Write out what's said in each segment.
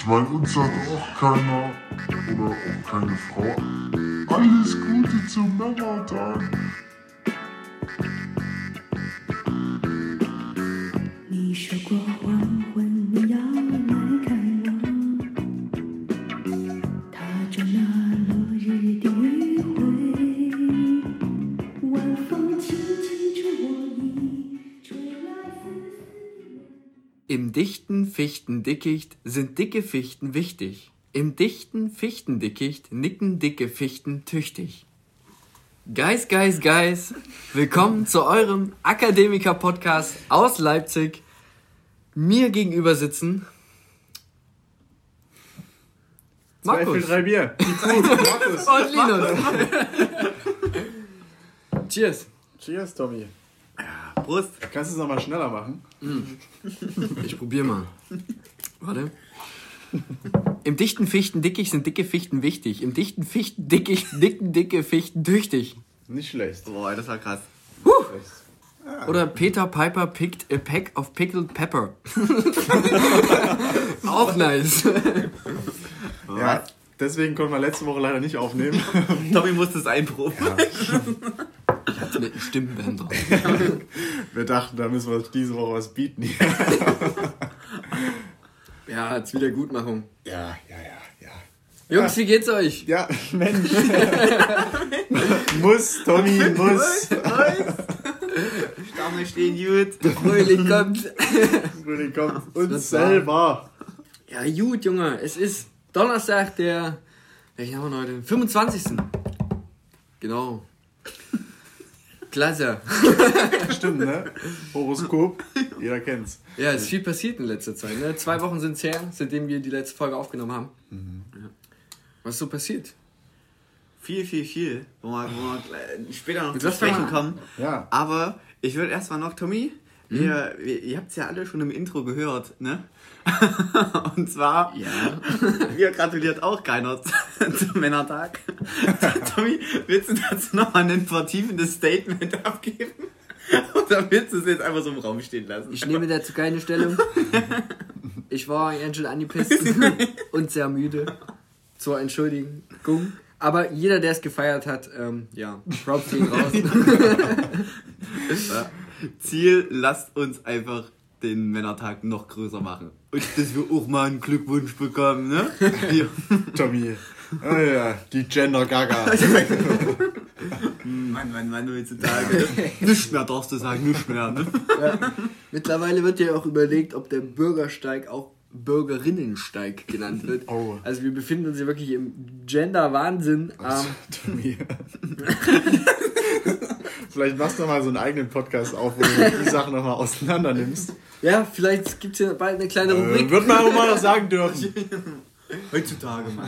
Ich meine, uns hat auch keiner oder auch keine Frau alles Gute zum Männertag. 你说过黄昏你要来看我，踏着那落日的余晖，晚风轻轻吹我衣，吹来丝丝。 Im dichten Fichtendickicht sind dicke Fichten wichtig. Im dichten Fichtendickicht nicken dicke Fichten tüchtig. Guys, guys, guys, willkommen zu eurem Akademiker-Podcast aus Leipzig. Mir gegenüber sitzen Markus 3 Bier. Die Kuh, Markus. und Linus. Cheers. Cheers, Tommy. Prost. Kannst du es nochmal schneller machen? Ich probier mal. Warte. Im dichten Fichtendickicht sind dicke Fichten wichtig. Im dichten Fichtendickicht nicken dicke Fichten tüchtig. Nicht schlecht. Boah, das war krass. Oder Peter Piper picked a pack of pickled pepper. Auch nice. Ja, deswegen konnten wir letzte Woche leider nicht aufnehmen. Tommy musste es einproben. Ich hatte mit einem Stimmbänder. Wir dachten, da müssen wir diese Woche was bieten. Ja, als Wiedergutmachung. Ja. Jungs, wie geht's euch? Ja, Mensch. Tommy, muss. Stammel stehen gut. Fröhlich kommt. Frühling kommt uns wird selber. Ja, gut, Junge. Es ist Donnerstag, welchen haben wir heute? 25. Genau. Klasse. Stimmt, ne? Horoskop, jeder kennt's. Ja, es ist viel passiert in letzter Zeit. Ne? 2 Wochen sind es her, seitdem wir die letzte Folge aufgenommen haben. Ja. Was ist so passiert? Viel. Wo wir später noch zu Lass sprechen mal. kommen. Ja. Aber ich würde erstmal noch, Tommy, ihr habt es ja alle schon im Intro gehört, ne? Und zwar, Ja. mir gratuliert auch keiner zum Männertag. Tommy, willst du dazu nochmal ein vertiefendes Statement abgeben? Oder willst du es jetzt einfach so im Raum stehen lassen? Ich nehme dazu keine Stellung. Ich war ganz schön angepisst und sehr müde. Zur Entschuldigung. Aber jeder, der es gefeiert hat, ja, Props gehen raus. Ziel, lasst uns einfach den Männertag noch größer machen. Und dass wir auch mal einen Glückwunsch bekommen, ne? Hier. Tommy. Oh ja, die Gender Gaga. Mann, heutzutage. Nichts mehr darfst du sagen, nichts mehr, ne? Ja. Mittlerweile wird ja auch überlegt, ob der Bürgersteig auch Bürgerinnensteig genannt wird. Oh. Also wir befinden uns ja wirklich im Gender-Wahnsinn. Tommy. Vielleicht machst du mal so einen eigenen Podcast auf, wo du die Sachen nochmal auseinander nimmst. Ja, vielleicht gibt es ja bald eine kleine Rubrik. Wird man aber mal noch sagen dürfen. Heutzutage, Mann.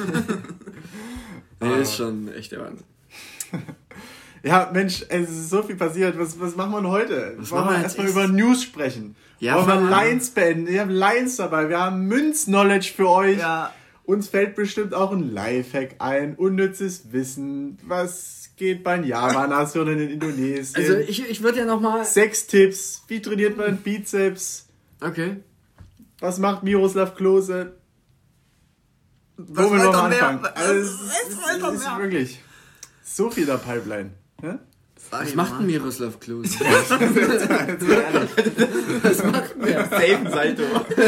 Nee, ist schon echt der Wahnsinn. Ja, Mensch, es ist so viel passiert. Was machen wir denn heute? Was Wollen machen wir wir jetzt erstmal über News sprechen? Ja, Wollen wir voll. Lines beenden? Wir haben Lines dabei. Wir haben Münz-Knowledge für euch. Ja. Uns fällt bestimmt auch ein Lifehack ein. Unnützes Wissen. Was geht bei Java-Nationen in Indonesien? Also ich würde ja nochmal... Sextipps. Wie trainiert man Bizeps? Okay. Was macht Miroslav Klose? Wo wir wollt noch ihr anfangen? mehr? Also, Was wollt ihr es ist mehr? wirklich so viel der Pipeline. Ja? Was macht ein Miroslav Klose? Was macht der? Safe Salto.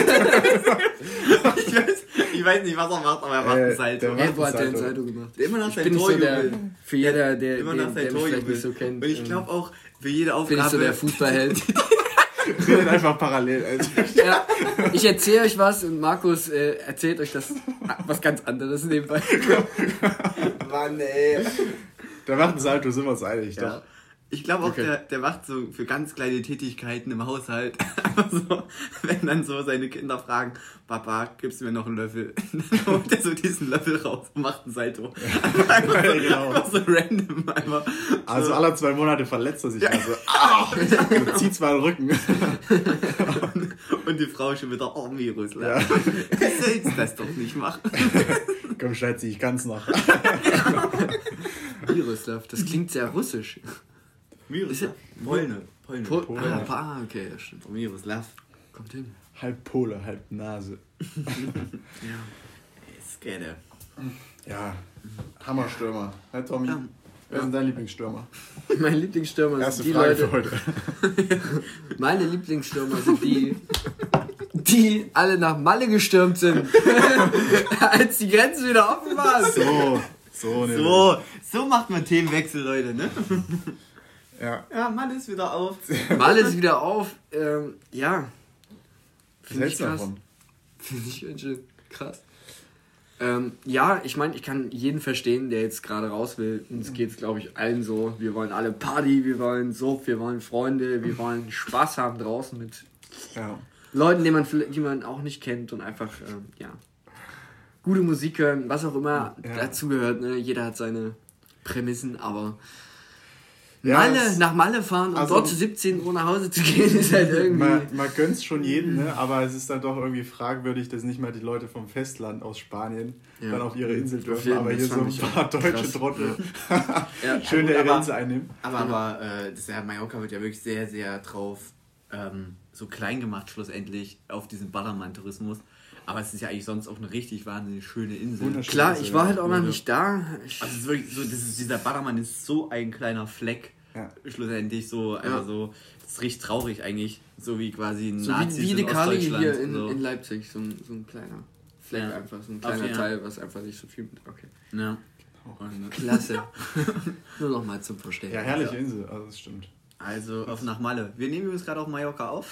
ich weiß nicht, was er macht, aber er macht ein Salto. der Ey, wo hat der ein Salto. Salto gemacht? Immer nach Ich seinem bin so der... Torjubel. Für jeder, der Immer nach der seinem mich vielleicht nicht Torjubel. so kennt. Und ich glaube auch, für jede bin ich Aufgabe... so der Fußballheld. Redet einfach parallel. Also. Ja, ich erzähle euch was und Markus erzählt euch das was ganz anderes nebenbei. Mann, ey. Der macht einen Salto, sind wir uns einig. Ja. Doch. Ich glaube auch, Okay. der macht so für ganz kleine Tätigkeiten im Haushalt. Einfach so, wenn dann so seine Kinder fragen, Papa, gibst du mir noch einen Löffel? Dann holt er so diesen Löffel raus und macht einen Salto. Einfach so, Genau. einfach so random. Einfach. Also So. alle 2 Monate verletzt er sich. Ja. Also, und zieht's mal den Rücken. Und die Frau schon wieder, oh Miroslav, Ja. du sollst das doch nicht machen. Komm, Schatzi, ich kann's noch. Miroslav, das klingt sehr russisch. Miroslav? Polne. Okay, ja, stimmt. Miroslav. Kommt hin. Halb Pole, halb Nase. Skade. Ja, Hammerstürmer. Hi Tommy. Ja. Wer ist denn dein Lieblingsstürmer? Mein Lieblingsstürmer Erste sind die Frage Leute. für heute. Meine Lieblingsstürmer sind die alle nach Malle gestürmt sind, als die Grenzen wieder offen waren. So macht man Themenwechsel, Leute, ne? Ja. Ja, Mann ist wieder auf. Malle ist wieder auf. Ja. Was Finde ich hältst du krass. davon? Finde ich ganz schön krass. Ja, ich meine, ich kann jeden verstehen, der jetzt gerade raus will. Uns geht es, glaube ich, allen so. Wir wollen alle Party, wir wollen Suff, wir wollen Freunde, wir wollen Spaß haben draußen mit Ja. Leuten, die man auch nicht kennt und einfach, ja, gute Musik hören, was auch immer dazugehört. Ne? Jeder hat seine Prämissen, aber Ja, nach Malle fahren und also- dort zu 17 Uhr nach Hause zu gehen, ist halt irgendwie... Man gönnt's schon jedem, ne? Aber es ist dann doch irgendwie fragwürdig, dass nicht mal die Leute vom Festland aus Spanien dann auf ihre Insel dürfen, aber hier so ein paar deutsche Trottel Ja. schön Ja, der gut, Grenze einnehmen. Aber Mallorca wird ja wirklich sehr, sehr drauf so klein gemacht schlussendlich auf diesen Ballermann-Tourismus. Aber es ist ja eigentlich sonst auch eine richtig wahnsinnig schöne Insel. Wunderschön. Klar, ich war halt auch noch nicht da. Also es ist wirklich so, dieser Ballermann ist so ein kleiner Fleck. Ja. Schlussendlich so, einfach so, das ist richtig traurig eigentlich. So wie quasi ein So Nazis wie in die Kali Ostdeutschland. hier so. in Leipzig, so ein kleiner Fleck Ja. einfach, so ein Okay, kleiner ja. Teil, was einfach nicht so viel mit... Okay. Ja. Und, Klasse. Nur noch mal zum Verstehen. Ja, herrliche Insel, also das stimmt. also auf nach Malle. Wir nehmen übrigens gerade auf Mallorca auf.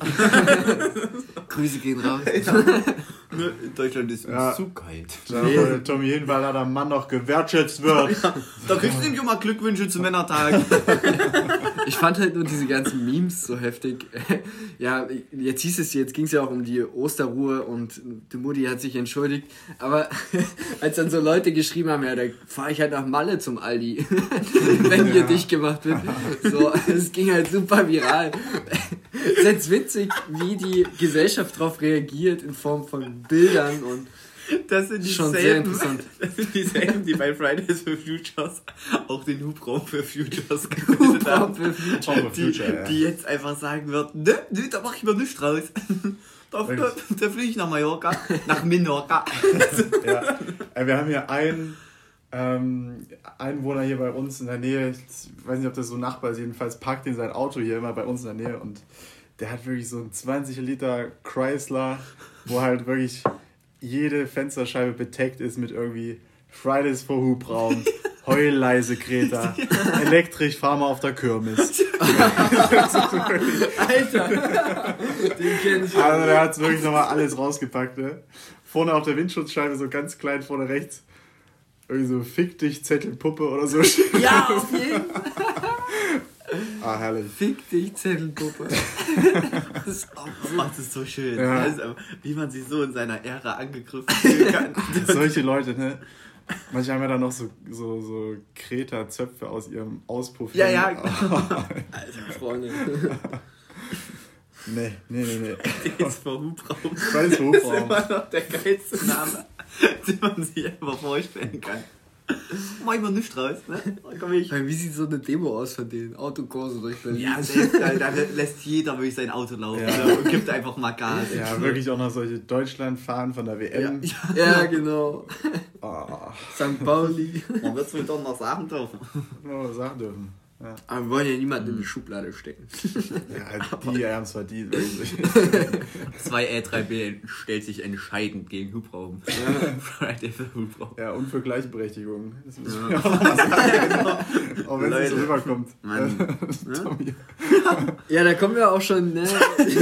Grüße gehen raus. Deutschland ist Ja. zu kalt. Da wollte Tommy hin, weil da der Mann noch gewertschätzt wird. Da kriegst du nämlich mal Glückwünsche zum Männertag. Ich fand halt nur diese ganzen Memes so heftig. Ja, jetzt ging es ja auch um die Osterruhe und die Mutti hat sich entschuldigt. Aber als dann so Leute geschrieben haben, ja, da fahre ich halt nach Malle zum Aldi, wenn hier dicht gemacht wird. So, es ging halt super viral. Es ist jetzt witzig, wie die Gesellschaft darauf reagiert in Form von Bildern und Das sind Schon sehr dieselben, interessant. das sind dieselben, die bei Fridays for Futures auch den Hubraum für Futures gebildet haben. Hubraum für Hubraum for Future, ja. Die jetzt einfach sagen würden, nö, da mach ich mir nichts draus. Da fliege ich nach Mallorca, nach Minorca. Ja. Wir haben hier einen Einwohner hier bei uns in der Nähe, ich weiß nicht, ob das so ein Nachbar ist, jedenfalls parkt ihn sein Auto hier immer bei uns in der Nähe und der hat wirklich so einen 20 Liter Chrysler, wo halt wirklich jede Fensterscheibe beteckt ist mit irgendwie Fridays for Hubraum, Heulleise Greta, elektrisch fahr mal auf der Kirmes. Alter! Den kenn ich. Also der hat wirklich nochmal alles rausgepackt, ne? Vorne auf der Windschutzscheibe so ganz klein vorne rechts irgendwie so Fick dich Zettelpuppe oder so. Ja, auf jeden Fall. Ah, herrlich. Fick dich, Zettelpuppe. Das ist auch Oh, das ist so schön. Ja. Das ist aber, wie man sich so in seiner Ära angegriffen fühlen kann. Solche Leute, ne? Manche haben ja dann noch so Kreta-Zöpfe aus ihrem Auspuff. Ja, ja, Alter, Freunde. Nee. Jetzt vor Hubraum. Fridays for Das ist Hubraum. immer noch der geilste Name, den man sich einfach vorstellen kann. Mach ich mir nichts raus, ne? Da komm ich. Wie sieht so eine Demo aus von denen? Autokurse durch Berlin. Ja, da lässt jeder wirklich sein Auto laufen Ja. ne? Und gibt einfach mal Gas. Ja, wirklich auch noch solche Deutschland-Fahren von der WM. Ja, genau. Oh, St. Pauli. Man wird es wohl doch noch sagen dürfen. nur sagen dürfen. Ja, Aber wir wollen ja niemanden in die Schublade stecken. ja die haben es verdient. Wirklich. 2E3B stellt sich entscheidend gegen Hubraum. Friday for Hubraum. Ja, und für Gleichberechtigung. Das müssen wir auch noch mal sagen. Auch wenn es so Leute. rüberkommt. Mann. Tommy. Ja, da kommen wir auch schon, ne?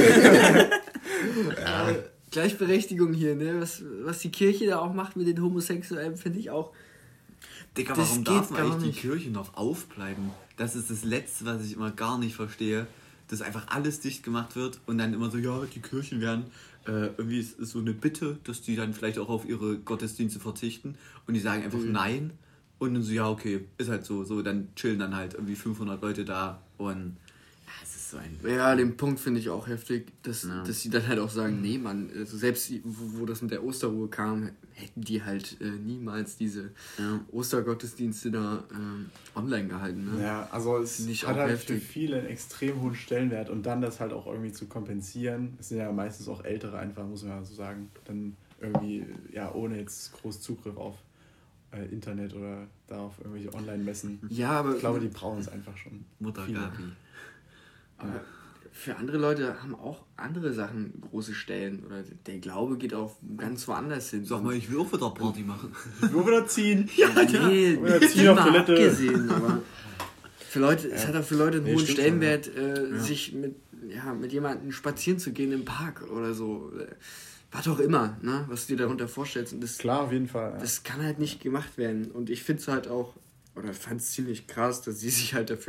Gleichberechtigung hier, ne? Was die Kirche da auch macht mit den Homosexuellen, finde ich auch. Digga, Das warum geht darf gar eigentlich die nicht. Kirche noch aufbleiben? Das ist das Letzte, was ich immer gar nicht verstehe. Dass einfach alles dicht gemacht wird und dann immer so, ja, die Kirchen werden, irgendwie ist so eine Bitte, dass die dann vielleicht auch auf ihre Gottesdienste verzichten und die sagen einfach nein und dann so, ja, okay, ist halt so, dann chillen dann halt irgendwie 500 Leute da und ja, es ist so ein... Ja, den Punkt finde ich auch heftig, dass sie dann halt auch sagen, nee, Mann, also selbst wo das mit der Osterruhe kam, hätten die halt niemals diese Ostergottesdienste da online gehalten. Ne? Ja, also es Finde ich hat auch halt heftig. für viele einen extrem hohen Stellenwert und dann das halt auch irgendwie zu kompensieren. Es sind ja meistens auch Ältere einfach, muss man ja so sagen, dann irgendwie, ja, ohne jetzt groß Zugriff auf Internet oder da auf irgendwelche Online-Messen. Ja, aber Ich glaube, die brauchen es einfach schon. Mutter Viele. Gabi. aber für andere Leute haben auch andere Sachen große Stellen oder der Glaube geht auch ganz woanders hin. Sag mal, ich will auch wieder Party machen. Nur wieder ziehen. Nee, Oder ziehen auf mal Toilette. abgesehen, aber für Leute, es hat auch für Leute einen Nee, hohen stimmt Stellenwert, sich mit jemandem spazieren zu gehen im Park oder so. Was auch immer, ne, was du dir darunter vorstellst. Und das, Klar, auf jeden Fall. Ja. das kann halt nicht gemacht werden. Und ich finde es halt auch, oder fand es ziemlich krass, dass sie sich halt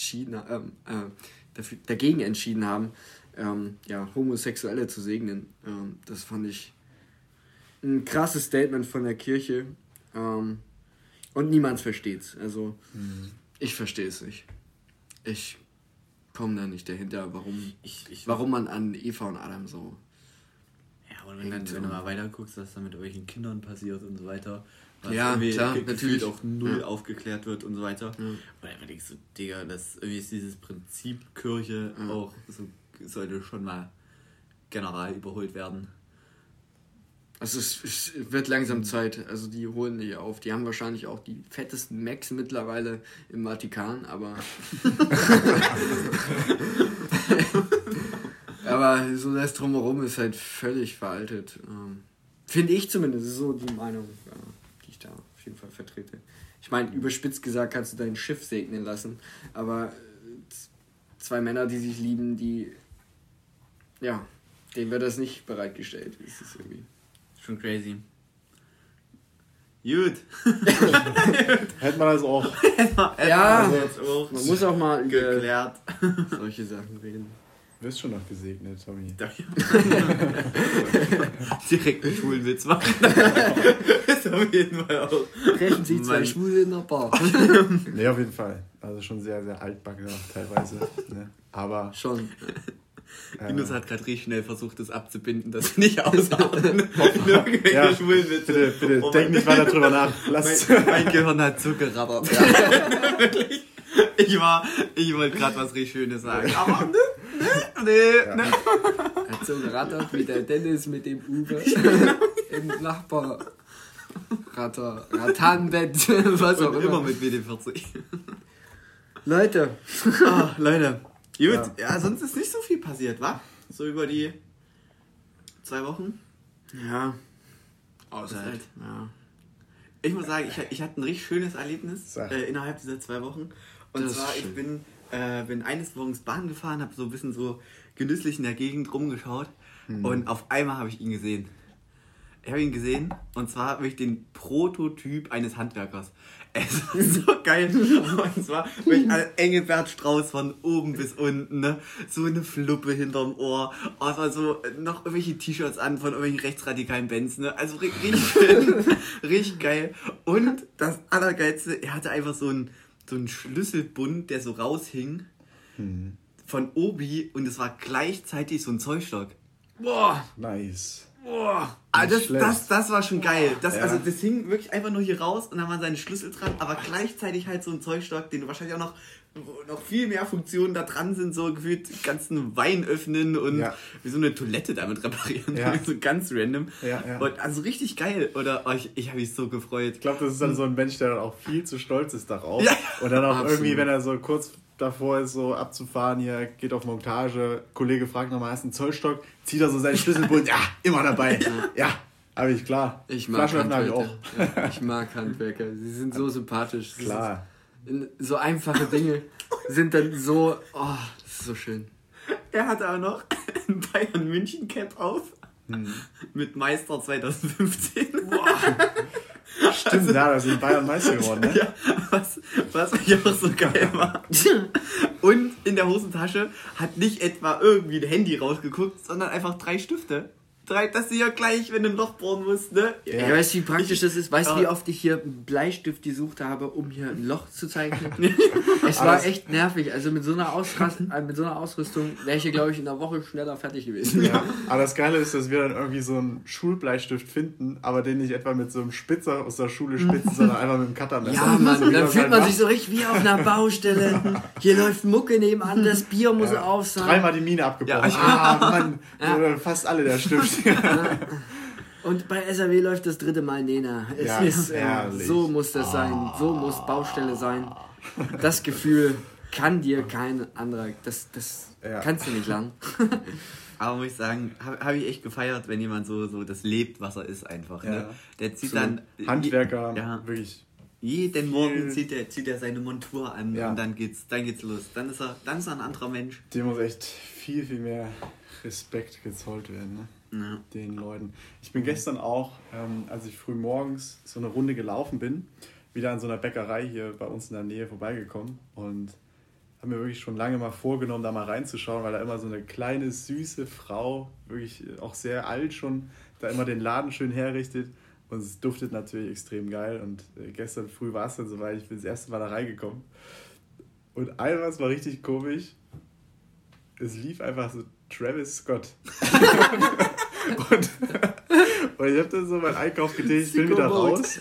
dagegen entschieden haben, Homosexuelle zu segnen. Das fand ich ein krasses Statement von der Kirche. Und niemand versteht's. Also, ich verstehe es nicht. Ich komme da nicht dahinter, warum man an Eva und Adam so... Ja, und wenn du mal weiter guckst, was da mit irgendwelchen Kindern passiert und so weiter, was Ja, irgendwie klar, gefühlt natürlich. auch null aufgeklärt wird und so weiter. Und dann denkst du, Digga, das irgendwie ist dieses Prinzip Kirche auch so, sollte schon mal general überholt werden. Also es wird langsam Zeit, also die holen die auf. Die haben wahrscheinlich auch die fettesten Macs mittlerweile im Vatikan, aber... aber so das Drumherum ist halt völlig veraltet. Finde ich zumindest, das ist so die Meinung, die ich da auf jeden Fall vertrete. Ich meine, überspitzt gesagt kannst du dein Schiff segnen lassen, aber zwei Männer, die sich lieben, denen wird das nicht bereitgestellt. Das ist irgendwie... Schon crazy. Gut. Hätte man das auch. Ja, Also jetzt auch man muss auch mal über geklärt. solche Sachen reden. Du wirst schon noch gesegnet, Tommy. Direkt einen schwulen Witz machen. Ist auf jeden Fall auch. Treffen sich zwei Mann. Schwule in der Bar. Nee, auf jeden Fall. Also schon sehr, sehr altbacken auch teilweise. Ne? Aber Schon. Linus hat gerade richtig schnell versucht, das abzubinden, dass wir nicht aushauen. Irgendwelche ja, schwulen Witze. bitte Oh denk mein- nicht weiter drüber nach. Lass mein Gehirn hat so gerattert. Wirklich. Ich wollte gerade was richtig Schönes sagen. Aber ne. Hat so gerattert wie der Dennis mit dem Uwe im Rattanbett, was auch Und immer immer. mit WD40. Leute, Leute. Gut, ja, sonst ist nicht so viel passiert, wa? So über die 2 Wochen. ja, außer halt- ja. Ich muss sagen, ich hatte ein richtig schönes Erlebnis Sag. innerhalb dieser 2 Wochen. Und Das ist zwar, ich schön. bin eines Morgens Bahn gefahren, habe so ein bisschen so genüsslich in der Gegend rumgeschaut und auf einmal habe ich ihn gesehen. Ich habe ihn gesehen und zwar wirklich den Prototyp eines Handwerkers. Es ist so geil. Und zwar wirklich ein Engelbert Strauß von oben bis unten, ne? So eine Fluppe hinterm Ohr, aber so noch irgendwelche T-Shirts an von irgendwelchen rechtsradikalen Bands, ne? Also richtig schön, richtig geil. Und das Allergeilste, er hatte einfach so einen Schlüsselbund, der so raushing von Obi und es war gleichzeitig so ein Zollstock. Boah, nice. Ah, Nicht schlecht. das war schon geil. Ja. Also das hing wirklich einfach nur hier raus und dann waren seine Schlüssel dran, aber gleichzeitig halt so ein Zollstock, den du wahrscheinlich auch noch viel mehr Funktionen da dran sind, so gefühlt ganzen Wein öffnen und Ja. wie so eine Toilette damit reparieren. Ja. So ganz random. Ja. Und also richtig geil. Oder ich habe mich so gefreut. Ich glaube, das ist dann so ein Mensch, der dann auch viel zu stolz ist darauf. Ja. Und dann auch Absolut. irgendwie, wenn er so kurz davor ist, so abzufahren, hier geht auf Montage, Kollege fragt nochmal, hast du einen Zollstock? Zieht er so seinen Schlüsselbund, ja, immer dabei. Ja, habe ich, klar. ich mag Flaschenöffner habe ich auch. Handwerker. Ja, ich mag Handwerker. Sie sind so sympathisch. Das Klar. ist- So einfache Dinge sind dann so, das ist so schön. Er hatte auch noch ein Bayern München Cap auf. Mit Meister 2015. Stimmt, ja, da sind Bayern Meister geworden, ne? Ja, was mich auch so geil war. Und in der Hosentasche hat nicht etwa irgendwie ein Handy rausgeguckt, sondern einfach 3 Stifte. Streit, dass du ja gleich, wenn du ein Loch bohren musst, ne? Ja, weißt du, wie praktisch das ist? Weißt du, wie oft ich hier einen Bleistift gesucht habe, um hier ein Loch zu zeichnen? Es war echt nervig. Also mit so einer Ausrüstung wäre ich hier, glaube ich, in einer Woche schneller fertig gewesen. Ja, aber das Geile ist, dass wir dann irgendwie so einen Schulbleistift finden, aber den nicht etwa mit so einem Spitzer aus der Schule spitzen, sondern einfach mit einem Cuttermesser. Ja, Mann, So, und wie dann das fühlt halt man macht. sich so richtig wie auf einer Baustelle. Hier läuft Mucke nebenan, das Bier muss auf sein. Dreimal die Mine abgebrochen. Mann, fast alle der Stift. Und bei SAW läuft das 3. Mal Nena. Ja, ist herrlich. So muss das sein. So muss Baustelle sein. Das Gefühl kann dir kein anderer. Das kannst du nicht lernen. Aber muss ich sagen, habe ich echt gefeiert, wenn jemand so das lebt, was er ist einfach. Ne? Der zieht So dann... Handwerker, wirklich. Jeden Morgen zieht er seine Montur an und dann geht's los. Dann ist er ein anderer Mensch. Dem muss echt viel, viel mehr Respekt gezollt werden, ne? Ja. Den Leuten. Ich bin gestern auch, als ich früh morgens so eine Runde gelaufen bin, wieder an so einer Bäckerei hier bei uns in der Nähe vorbeigekommen und habe mir wirklich schon lange mal vorgenommen, da mal reinzuschauen, weil da immer so eine kleine, süße Frau, wirklich auch sehr alt schon, da immer den Laden schön herrichtet. Und es duftet natürlich extrem geil. Und gestern früh war es dann soweit, ich bin das erste Mal da reingekommen. Und einmal, es war richtig komisch, es lief einfach so Travis Scott. und ich habe dann so meinen Einkauf getätigt, ich bin wieder raus.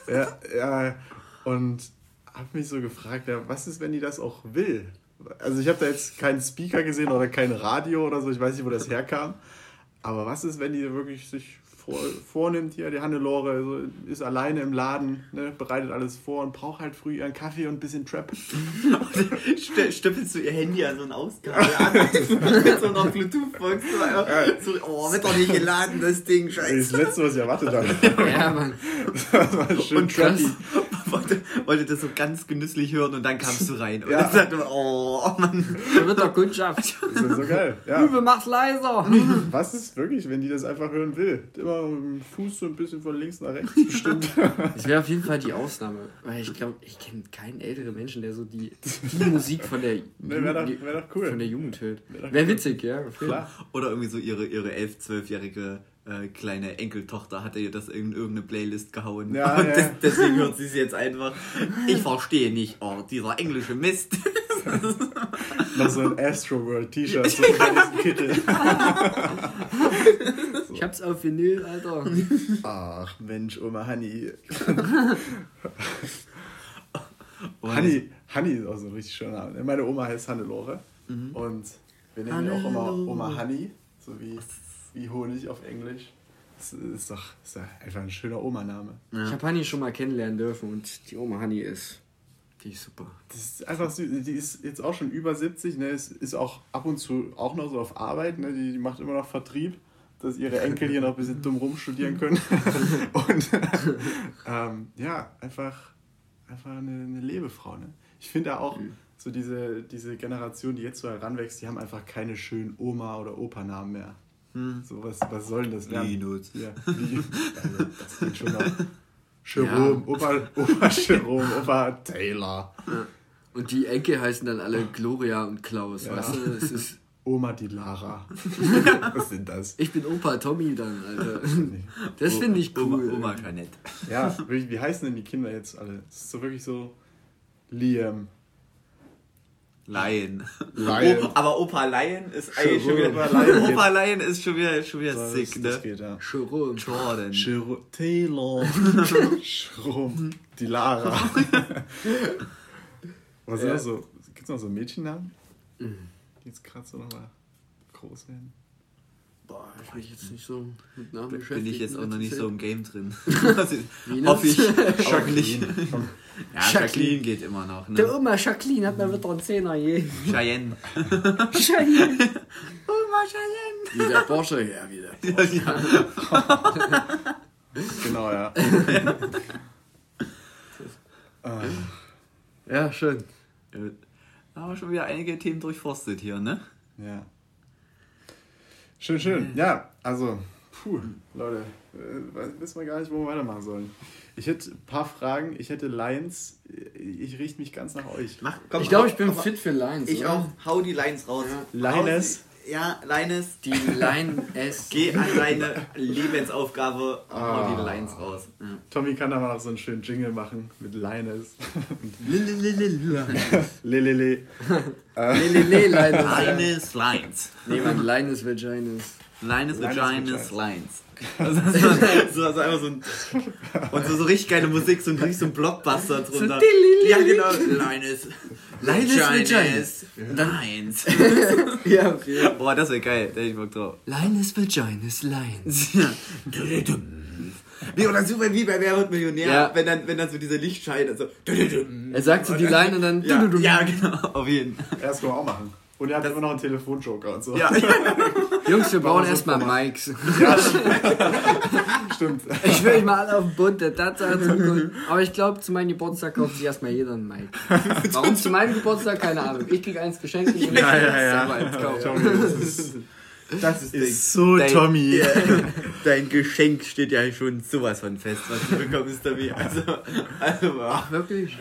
Und habe mich so gefragt, was ist, wenn die das auch will? Also ich habe da jetzt keinen Speaker gesehen oder kein Radio oder so, ich weiß nicht, wo das herkam. Aber was ist, wenn die wirklich sich vornimmt hier, die Hannelore, so, ist alleine im Laden, ne, bereitet alles vor und braucht halt früh ihren Kaffee und ein bisschen Trap. Stöppelst du ihr Handy an so einen Ausgabe an, mit so einer Bluetooth-Box, wird doch nicht geladen, das Ding, scheiße. Das Letzte, was ich erwartet habe. Ja, Mann. Das war schön trappy. Wollte das so ganz genüsslich hören und dann kamst du rein. Und dann sagte man, Mann. Da wird doch Kundschaft. Das ist so geil. Ja. Uwe, mach's leiser. Was ist wirklich, wenn die das einfach hören will? Immer mit dem Fuß so ein bisschen von links nach rechts bestimmt. Das wäre auf jeden Fall die Ausnahme. Weil ich glaube, ich kenne keinen älteren Menschen, der so die Musik von der, Wär doch cool. von der Jugend hört. Wäre witzig, ja. Klar. Oder irgendwie so ihre 11-, 12-jährige kleine Enkeltochter hatte ihr das in irgendeine Playlist gehauen. Ja, und ja. deswegen hört sie es jetzt einfach. Ich verstehe nicht, dieser englische Mist. Noch so ein Astroworld-T-Shirt, so ein kleines Kittel. Ich hab's auf Vinyl, Alter. Ach Mensch, Oma Hanni. Und Hanni ist auch so ein richtig schöner Name. Meine Oma heißt Hannelore. Und wir nennen die auch immer Oma Hanni, so wie Honig auf Englisch. Das ist doch einfach ein schöner Oma-Name. Ich habe Hanni schon mal kennenlernen dürfen und die Oma Hanni die ist super. Das ist einfach süß. Die ist jetzt auch schon über 70, ne? Ist auch ab und zu auch noch so auf Arbeit, ne? Die macht immer noch Vertrieb, dass ihre Enkel hier noch ein bisschen dumm rumstudieren können. Und einfach eine Lebefrau, ne? Ich finde da auch so diese Generation, die jetzt so heranwächst, die haben einfach keine schönen Oma- oder Opa-Namen mehr. So, was soll denn das werden? Linus. Ja, also, das geht schon noch. Jerome, Opa Jerome, Opa Taylor. Ja. Und die Enkel heißen dann alle Gloria und Klaus, weißt du? Es ist Oma die Lara. Was sind das? ich bin Opa Tommy dann, Alter. Das finde ich cool. Oma Jeanette. Ja, wirklich, wie heißen denn die Kinder jetzt alle? Das ist so wirklich so Liam. Lion. Aber Opa Lion ist eigentlich schon wieder... Opa Lion ist schon wieder sick, ne? Das geht, ja. Jerome. Jordan. Taylor. Jerome. Die Lara. Was sind noch so? Gibt es noch so Mädchennamen? Die jetzt gerade so nochmal groß werden? Boah, ich bin jetzt nicht so mit Namen Bin beschäftigt. ich jetzt auch noch nicht so im Game drin. Venus? Hoffe ich auch nicht. Komm. Ja, Jacqueline geht immer noch, Der ne? Oma Jacqueline hat mir wieder einen Zehner gegeben. Cheyenne. Cheyenne. Oma Cheyenne. Wie der Porsche, ja, wie der Porsche. Genau, ja. Ja, schön. Da haben wir schon wieder einige Themen durchforstet hier, ne? Ja. Schön. Ja, also, Leute, wissen wir gar nicht, wo wir weitermachen sollen. Ich hätte ein paar Fragen, ich hätte Lines, ich richte mich ganz nach euch. Ich glaube, ich bin fit für Lines. Ich oder? auch. Hau die Lines raus. Lines, Ja, Linus. Die Lines. Geh an deine Lebensaufgabe und hau die Lines raus. Ja. Tommy kann da mal noch so einen schönen Jingle machen mit Linus. Lelelele. Lelele. Lelele, Lines. Lines. Nee, man, Linus Vaginas. Linus Linus Vaginas Vaginas. Lines. Also einfach so ein. Und so richtig geile Musik, so ein Blockbuster drunter. Ja, genau. Linus Vaginas Lines. Ja, okay. Boah, das wäre geil. Da hätte ich Bock drauf. Linus Vaginas Lines. Ja. Nee, oder super wie bei Wer wird Millionär, Ja. wenn dann so dieser Lichtschein, also. Er sagt so die Line und dann. Ja, genau, auf jeden Fall. Das können wir auch machen. Und er hat immer noch einen Telefonjoker und so. Ja, Jungs, wir brauchen so erstmal Format. Mikes. Stimmt. Ich will euch mal alle auf den Bund der Tatsache zugucken. Aber ich glaube, zu meinem Geburtstag kauft sich erstmal jeder einen Mic. Warum zu meinem Geburtstag? Keine Ahnung. Ich krieg eins geschenkt und ich selber eins kaufen. Tommy, das das ist so dein, Tommy. Dein Geschenk steht ja schon sowas von fest, was du bekommst, Tommy. Also Ach, wirklich?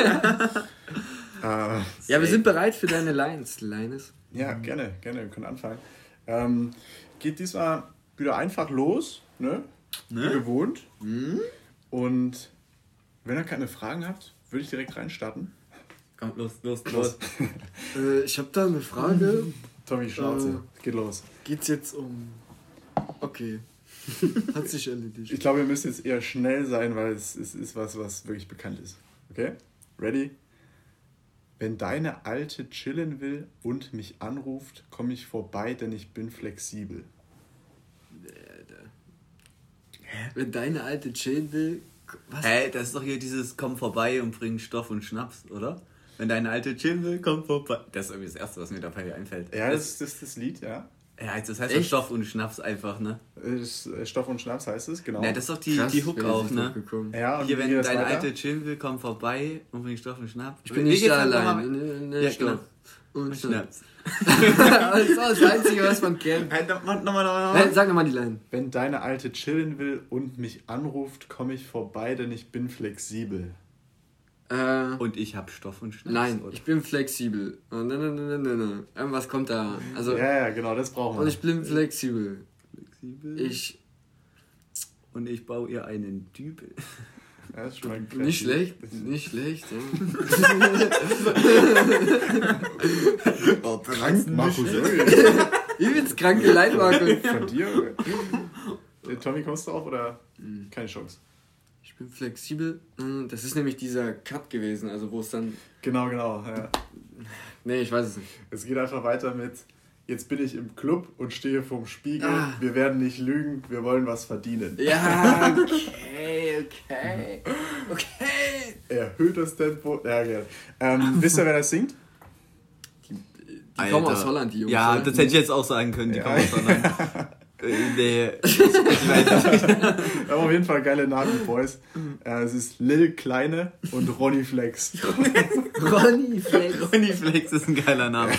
Ah, Ja, wir sind bereit für deine Lines, Linus. ja, gerne, wir können anfangen. Geht diesmal wieder einfach los, ne? Wie gewohnt. Und wenn ihr keine Fragen habt, würde ich direkt reinstarten. Komm, los. Ich habe da eine Frage. Tommy, Schnauze, geht los. Geht's jetzt um... Okay. Hat sich erledigt. Ich glaube, ihr müsst jetzt eher schnell sein, weil es ist was wirklich bekannt ist. Okay? Ready? Wenn deine Alte chillen will und mich anruft, komme ich vorbei, denn ich bin flexibel. Wenn deine Alte chillen will... Was? Hä, das ist doch hier dieses Komm vorbei und bring Stoff und Schnaps, oder? Wenn deine Alte chillen will, komm vorbei. Das ist irgendwie das Erste, was mir dabei einfällt. Ja, das ist das Lied, ja. Ja, das heißt doch Echt? Stoff und Schnaps einfach, ne? Stoff und Schnaps heißt es, genau. Ja, das ist doch die Krass, Hook bin ich auch, nicht ne? drauf gekommen. Ja, und Hier, wie wenn geht das deine weiter? Alte chillen will, komm vorbei und bring Stoff und Schnaps. Ich bin Wie nicht geht's da dann allein. nochmal? Nee, Ja, stopp. genau. Und Schnaps. Schnaps. Das ist das Einzige, was man kennt. Hey, nochmal. Sag nochmal die Line. Wenn deine Alte chillen will und mich anruft, komme ich vorbei, denn ich bin flexibel. Und ich hab Stoff und Schnaps. Nein, oder? ich bin flexibel. Oh, nein. Irgendwas kommt da. Also, Ja, genau, das brauchen wir. und ich bin flexibel. Flexibel. Und ich baue ihr einen Dübel. Ja, das ist schon mal Nicht kreativ. schlecht, nicht schlecht. Ja. Oh, Krank, Markus. Übelst kranke Line, Markus. Von dir? Tommy, kommst du auf oder keine Chance? Ich bin flexibel. Das ist nämlich dieser Cut gewesen, also wo es dann... Genau. Ja. Nee, ich weiß es nicht. Es geht einfach weiter mit: Jetzt bin ich im Club und stehe vorm Spiegel. Ah. Wir werden nicht lügen, wir wollen was verdienen. Ja, okay. Erhöht das Tempo. Ja, gerne. Wisst ihr, wer das singt? Die kommen aus Holland, die Jungs. Ja, oder? das hätte ich jetzt auch sagen können. Die Ja. kommen aus Holland. Nee. Aber auf jeden Fall geile Namen, die Boys. Es ist Lil Kleine und Ronny Flex. Ronny Flex. Ronny Flex ist ein geiler Name.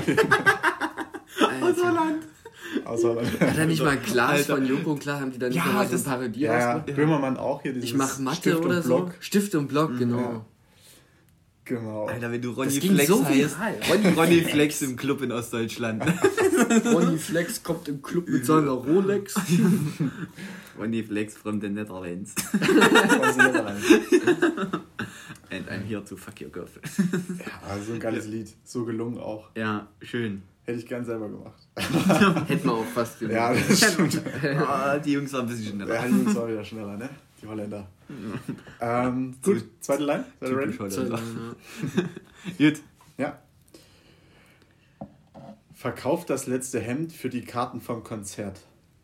Aus Holland. Aus Holland. Hat er nicht mal Klaas Alter. von Joko und Klaas, haben die da nicht Ja, mal so das- eine Parodie Ja, rausgebracht? Böhmermann auch hier. Dieses Ich mach Mathe Stift oder und so. Block. Stift und Block, genau. Ja. Genau. Alter, wenn du Ronny Das ging Flex so heißt. viral. Ronny Flex im Club in Ostdeutschland. Ronny Flex kommt im Club mit seiner Rolex. Ronny Flex from the Netherlands. Aus Niederlande. And I'm here to fuck your girlfriend. Ja, also ein geiles Lied. So gelungen auch. Ja, schön. Hätte ich gern selber gemacht. Hätten wir auch fast gemacht. Ja, das stimmt. Ah, die Jungs waren ein bisschen schneller. Ja, die Jungs waren wieder schneller, ne? Die Holländer. Gut, zweite Line. Seid ihr ready? Typisch Holländer. Gut. Ja. Verkauft das letzte Hemd für die Karten vom Konzert.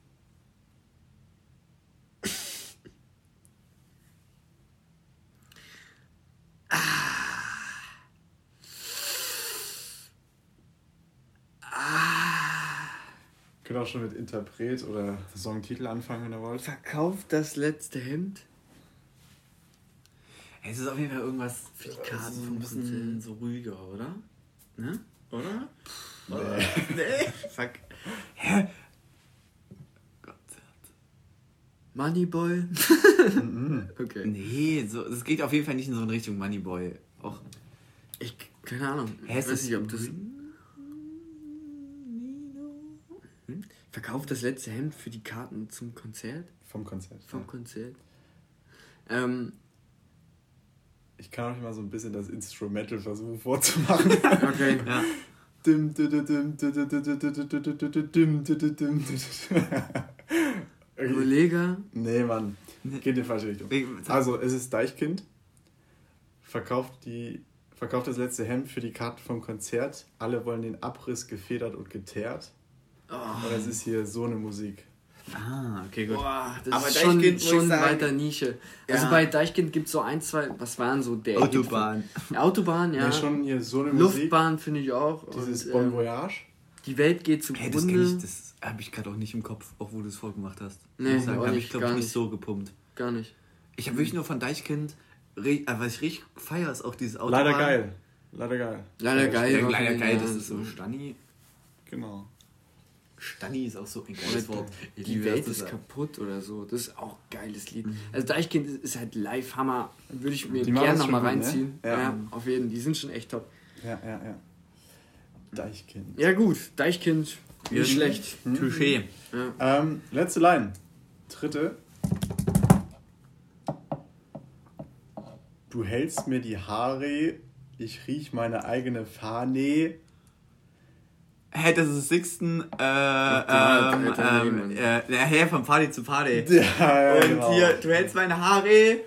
Könnt auch schon mit Interpret oder Songtitel anfangen, wenn ihr wollt. Verkauft das letzte Hemd? Es ist auf jeden Fall irgendwas Für die Karten so vom ein bisschen Konzert. so ruhiger, oder? Ne? Oder? Nee. Nee. Fuck. Hä? Konzert. Moneyboy? Okay. Nee, so, es geht auf jeden Fall nicht in so eine Richtung Moneyboy. Auch. Keine Ahnung. Hä, Ich weiß nicht, ob das... Verkauft das letzte Hemd für die Karten zum Konzert? Vom Konzert. Vom Konzert. Ich kann auch mal so ein bisschen das Instrumental versuchen vorzumachen. Okay. Ja. Dim, dim, dim, dim, dim, dim, dim, dim, dim. Okay. Kollege. Nee, Mann. Geht in die falsche Richtung. Also, es ist Deichkind. Verkauft das letzte Hemd für die Karte vom Konzert. Alle wollen den Abriss gefedert und geteert. Und es ist hier so eine Musik. Ah, okay, gut. Boah, das Aber ist Deichkind, muss ich schon sagen, weiter Nische. Also ja. bei Deichkind gibt es so ein, zwei, was waren so der Autobahn. Autobahn, ja. Ja, schon hier so eine Musik. Luftbahn finde ich auch. Dieses Und, Bon Voyage. die Welt geht Hey, das kenn ich, zugrunde. das habe ich gerade auch nicht im Kopf, auch wo du es vorgemacht hast. Nee, Muss ich sagen, auch habe nicht, ich, glaube gar ich, nicht nicht. so gepumpt. Gar nicht. Ich habe wirklich nur von Deichkind, was ich richtig feiere, ist auch dieses Autobahn. Leider geil. Leider geil. Leider geil. Ja, leider geil, das Ja, ist so Stani. Genau. Stani ist auch so ein geiles Wort. Ich Die liebe Welt das ist sagen. kaputt oder so. Das ist auch ein geiles Lied. Also Deichkind ist halt live Hammer. Würde ich mir Die machen gerne das nochmal schon gut, ne? reinziehen. Ja. Ja, auf jeden. Die sind schon echt top. Ja. Deichkind. Ja gut, Deichkind, nicht schlecht. Touché. Letzte Line. Dritte. Du hältst mir die Haare, ich riech meine eigene Fahne. Hey, das ist Sixten, von Party zu Party. Ja, Und genau. hier, du hältst meine Haare,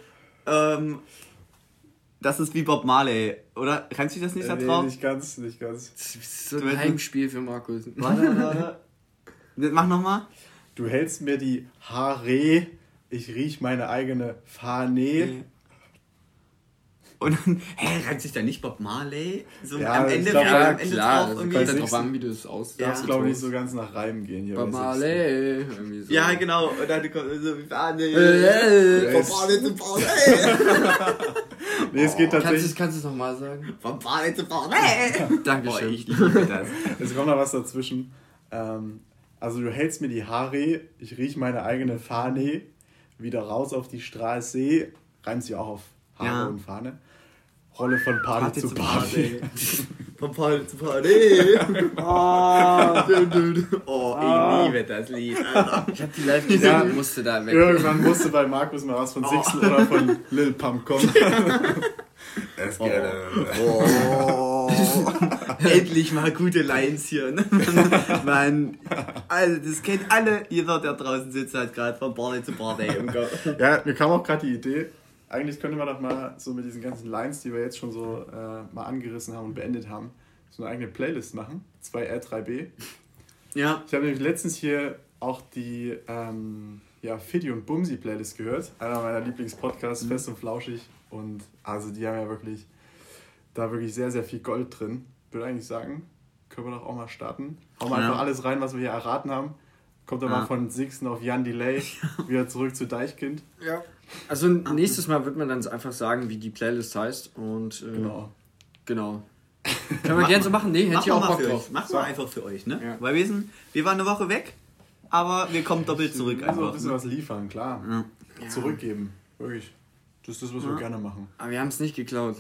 das ist wie Bob Marley, oder? Kannst du dich das nicht da Nee, drauf? nicht ganz. Das ist so Du ein hättest- Heimspiel für Markus. Warte. Mach nochmal. Du hältst mir die Haare, ich riech meine eigene Fahne. Und dann, reimt sich da nicht Bob Marley? So Ja, am ich Ende, glaub, am ja, Ende klar, drauf das irgendwie. kommt bei darauf Sixten. an, wie du es aus. Darf es, glaube ich, nicht so ganz nach Reimen gehen hier. Bob bei Marley. Irgendwie so. Ja, genau. Und dann kommt so wie Fahne. Äh, Bob Marley zu Party. Sixten. Nee, es geht tatsächlich. Kannst du es nochmal sagen? Bob Marley zu Party. Dankeschön. Boah, ich liebe das. Es kommt noch was dazwischen. Also du hältst mir die Haare, ich riech meine eigene Fahne, wieder raus auf die Straße, reimt sie auch auf Haare Ja. und Fahne. Rolle von Party zu Party. Von Party zu Party. Oh, ich liebe das Lied, Alter. Ich hab die live gesehen Ja. und musste da weg. Irgendwann musste bei Markus mal was von Sixten oder von Lil Pump kommen. Es geht. Oh. Endlich mal gute Lines hier. Ne? Mann, also das kennt alle. Jeder, der draußen sitzt, hat gerade von Party zu Party im Kopf. Ja, mir kam auch gerade die Idee, eigentlich könnte man doch mal so mit diesen ganzen Lines, die wir jetzt schon so mal angerissen haben und beendet haben, so eine eigene Playlist machen. 2R3B. Ja. Ich habe nämlich letztens hier auch die Fiddy und Bumsi Playlist gehört. Einer meiner Lieblingspodcasts, Fest und Flauschig. Und also die haben ja wirklich sehr, sehr viel Gold drin. Ich würde eigentlich sagen, können wir doch auch mal starten. Hauen wir einfach alles rein, was wir hier erraten haben. Kommt dann mal von Sixten auf Jan Delay wieder zurück zu Deichkind. Ja. Also nächstes Mal wird man dann einfach sagen, wie die Playlist heißt. Und genau. Können wir gerne so machen? Nee, hätte Mach ich auch mal Bock für drauf. euch. Mach mal einfach für euch, ne? Ja. Weil wir waren eine Woche weg, aber wir kommen doppelt zurück Also ein einfach. bisschen Ne? was liefern, klar. Ja. Zurückgeben. Wirklich. Das ist das, was wir gerne machen. Aber wir haben es nicht geklaut.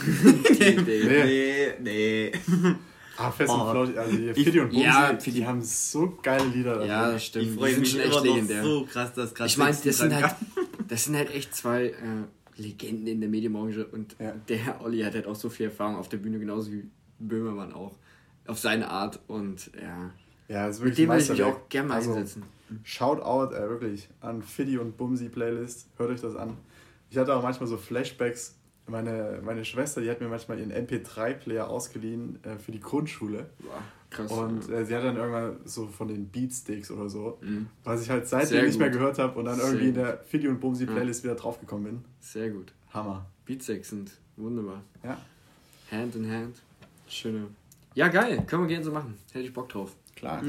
Nee. Fest und Flauschig, also hier Fiddy und Bumsi, Ja, die haben so geile Lieder dafür. Ja, das stimmt. Ich Die freue sind mich schon immer echt noch legendär. so krass, dass gerade Ich meine, Sixten dran kam. das sind halt echt zwei Legenden in der Medienbranche. Und Ja. der Olli hat halt auch so viel Erfahrung auf der Bühne, genauso wie Böhmermann auch. Auf seine Art. Und ja, Ja, das ist mit wirklich dem würde ich mich Meisterwerk. auch gerne mal Also, hinsetzen. Shoutout, wirklich, an Fiddy und Bumsi Playlist. Hört euch das an. Ich hatte auch manchmal so Flashbacks. Meine Schwester, die hat mir manchmal ihren MP3-Player ausgeliehen für die Grundschule. Boah, krass. Und sie hat dann irgendwann so von den Beatsticks oder so, was ich halt Sehr seitdem nicht mehr gut. gehört habe und dann Sehr irgendwie in gut. der Fiddy und Bumsi Playlist wieder draufgekommen bin. Sehr gut. Hammer. Beatsex sind wunderbar. Ja, Hand in Hand. Schöne. Ja, geil. Können wir gerne so machen. Hätte ich Bock drauf. klar.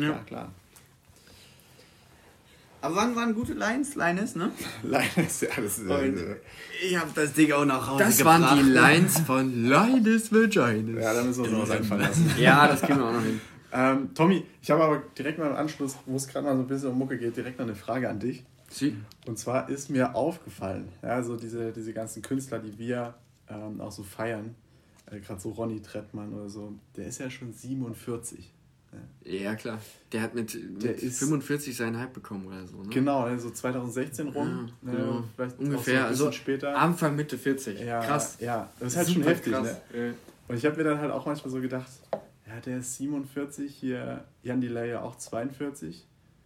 Aber wann waren gute Lines, ne? Leider ist ja alles. Ich habe das Ding auch nach Hause Das gebracht. waren die Lines von Linus Vaginas. Ja, da müssen wir uns noch was einfallen lassen. Ja, das kriegen wir auch noch hin. Tommy, ich habe aber direkt mal im Anschluss, wo es gerade mal so ein bisschen um Mucke geht, direkt noch eine Frage an dich. Sie? Und zwar ist mir aufgefallen, ja, so diese ganzen Künstler, die wir auch so feiern, gerade so Ronny Trettmann oder so, der ist ja schon 47. Ja, klar. Der hat mit ist- 45 seinen Hype bekommen oder so, ne? Genau, also 2016 rum. Ja, genau. Vielleicht auch Ungefähr, so ein bisschen also später. Anfang, Mitte 40. Ja, Krass. Ja, das ist halt Super schon heftig, krass. ne? Und ich habe mir dann halt auch manchmal so gedacht, ja, der ist 47, hier Jan Delay ja auch 42.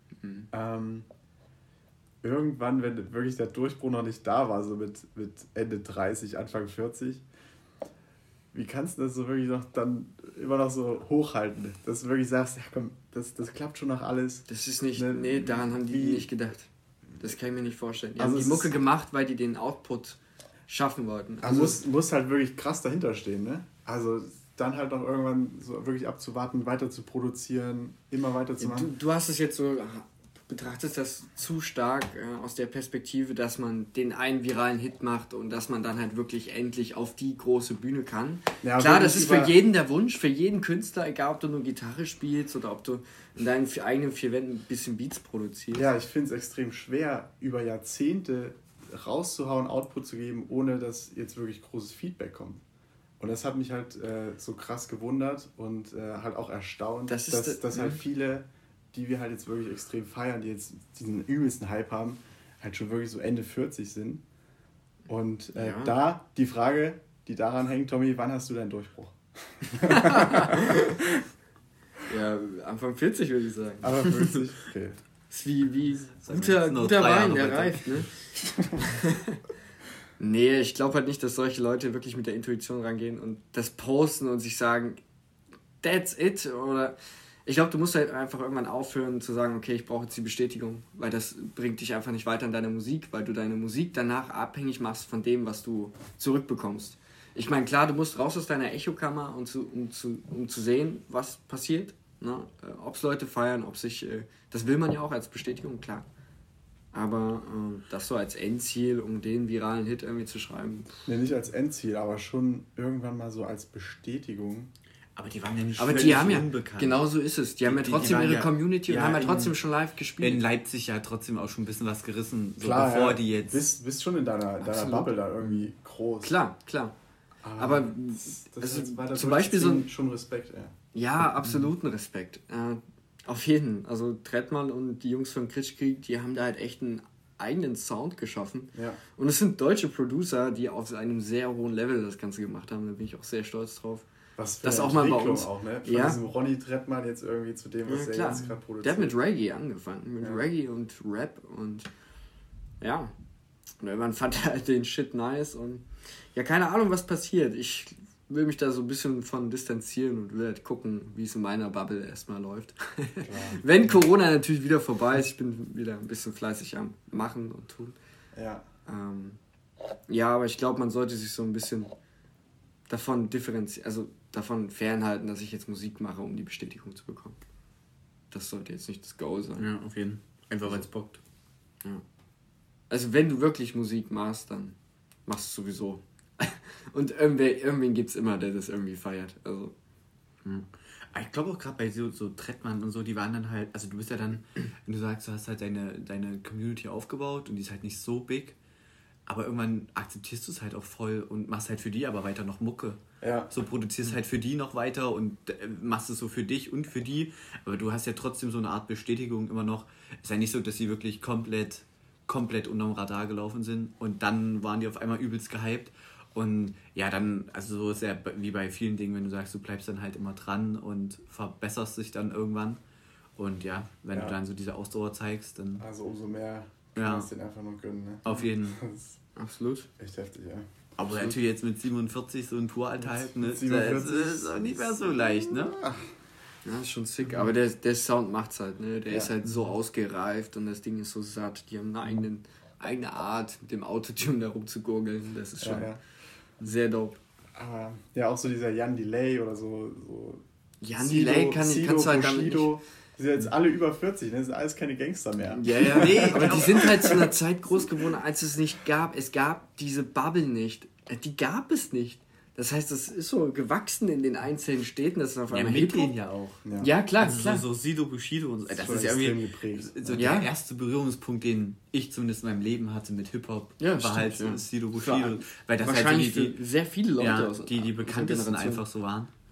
Irgendwann, wenn wirklich der Durchbruch noch nicht da war, so mit Ende 30, Anfang 40, wie kannst du das so wirklich noch dann immer noch so hochhalten? Dass du wirklich sagst, ja komm, das klappt schon noch alles. Das ist nicht, Ne, nee, daran haben die wie- nicht gedacht. Das kann ich mir nicht vorstellen. Die Also haben es die Mucke ist- gemacht, weil die den Output schaffen wollten. Man muss halt wirklich krass dahinter stehen, ne? Also dann halt noch irgendwann so wirklich abzuwarten, weiter zu produzieren, immer weiter zu machen. Du hast es jetzt so, betrachtest das zu stark aus der Perspektive, dass man den einen viralen Hit macht und dass man dann halt wirklich endlich auf die große Bühne kann. Ja, Klar, wirklich das ist über- für jeden der Wunsch, für jeden Künstler, egal ob du nur Gitarre spielst oder ob du in deinen eigenen vier Wänden ein bisschen Beats produzierst. Ja, ich finde es extrem schwer, über Jahrzehnte rauszuhauen, Output zu geben, ohne dass jetzt wirklich großes Feedback kommt. Und das hat mich halt so krass gewundert und halt auch erstaunt, Das ist dass halt viele, die wir halt jetzt wirklich extrem feiern, die jetzt diesen übelsten Hype haben, halt schon wirklich so Ende 40 sind. Und Ja. da die Frage, die daran hängt, Tommy, wann hast du deinen Durchbruch? Ja, Anfang 40 würde ich sagen. Aber 40? Okay. Das ist wie Sagen guter, wir jetzt noch guter 3 Wein, Jahre der weiter. reift, ne? Nee, ich glaube halt nicht, dass solche Leute wirklich mit der Intuition rangehen und das posten und sich sagen, that's it. Oder ich glaube, du musst halt einfach irgendwann aufhören zu sagen, okay, ich brauche jetzt die Bestätigung, weil das bringt dich einfach nicht weiter in deiner Musik, weil du deine Musik danach abhängig machst von dem, was du zurückbekommst. Ich meine, klar, du musst raus aus deiner Echokammer, um zu sehen, was passiert. Ne? Ob es Leute feiern, ob sich... das will man ja auch als Bestätigung, klar. Aber das so als Endziel, um den viralen Hit irgendwie zu schreiben. Nee, nicht als Endziel, aber schon irgendwann mal so als Bestätigung. Aber die waren ja nicht Aber die völlig haben ja, unbekannt. genau so ist es. Die haben ja Die trotzdem waren ihre ja- Community und ja, haben ja in- trotzdem schon live In gespielt. Leipzig ja trotzdem auch schon ein bisschen was gerissen, so Klar, bevor ja, die jetzt... bist schon in deiner Absolut. Bubble da irgendwie groß. Klar. Aber das also ist weiter zum Beispiel so ein... schon Respekt, ja. Ja, absoluten Respekt. Auf jeden. Also Trettmann und die Jungs von Kritschkrieg, die haben da halt echt einen eigenen Sound geschaffen. Ja. Und es sind deutsche Producer, die auf einem sehr hohen Level das Ganze gemacht haben. Da bin ich auch sehr stolz drauf. Was für Das eine auch mal bei Entwicklung uns. auch, ne? Von Ja. diesem Ronny Trettmann jetzt irgendwie zu dem, was Ja, er klar. jetzt gerade produziert. Der hat mit Reggae angefangen. Mit Ja. Reggae und Rap und ja. Und irgendwann fand er halt den Shit nice und ja, keine Ahnung, was passiert. Ich will mich da so ein bisschen von distanzieren und will halt gucken, wie es in meiner Bubble erstmal läuft. Wenn Corona natürlich wieder vorbei ist, ich bin wieder ein bisschen fleißig am Machen und Tun. Ja. Ja, aber ich glaube, man sollte sich so ein bisschen davon differenzieren, also davon fernhalten, dass ich jetzt Musik mache, um die Bestätigung zu bekommen. Das sollte jetzt nicht das Go sein. Ja, auf jeden Fall. Einfach weil es bockt. Ja. Also wenn du wirklich Musik machst, dann machst du es sowieso. Und irgendwen gibt es immer, der das irgendwie feiert. Also, Aber ich glaube auch gerade bei so Trettmann und so, die waren dann halt, also du bist ja dann, wenn du sagst, du hast halt deine Community aufgebaut und die ist halt nicht so big, aber irgendwann akzeptierst du es halt auch voll und machst halt für die aber weiter noch Mucke. Ja. So produzierst halt für die noch weiter und machst es so für dich und für die, aber du hast ja trotzdem so eine Art Bestätigung immer noch. Ist ja nicht so, dass sie wirklich komplett unterm Radar gelaufen sind und dann waren die auf einmal übelst gehypt. Und ja, dann, also so ist ja wie bei vielen Dingen, wenn du sagst, du bleibst dann halt immer dran und verbesserst dich dann irgendwann. Und ja, wenn du dann so diese Ausdauer zeigst, dann Also umso mehr kann Ja. man es denen einfach nur gönnen, ne? auf jeden. Das ist absolut. echt heftig, ja. Aber natürlich jetzt mit 47 so ein Touralter halten, ne? mit Das 47 ist auch nicht mehr so leicht, ne? Ja, ist schon sick. Aber der Sound macht's halt, ne? Der Ja. ist halt so ausgereift und das Ding ist so satt. Die haben eine eigene Art, mit dem Autotune da rumzugurgeln. Das ist schon Ja. sehr dope. Aber ja, auch so dieser Jan Delay oder so Jan Delay kannst du halt damit nicht... Bushido, die sind jetzt alle über 40, ne? Das sind alles keine Gangster mehr. Ja, nee, aber die sind halt zu einer Zeit groß geworden, als es nicht gab. Es gab diese Bubble nicht. Die gab es nicht. Das heißt, das ist so gewachsen in den einzelnen Städten. Das ist auf Ja, einmal mit Hip-Hop. denen ja auch. Ja, klar, Also klar. so Sido Bushido und so. Das schon ist ja extrem irgendwie geprägt. so Ja. der erste Berührungspunkt, den ich zumindest in meinem Leben hatte mit Hip-Hop, Ja, war stimmt, halt ja. Sido Für- Bushido. Weil das halt so Wahrscheinlich die, für sehr viele Leute ja, aus die aus bekanntesten der Generation. einfach so waren. Ja.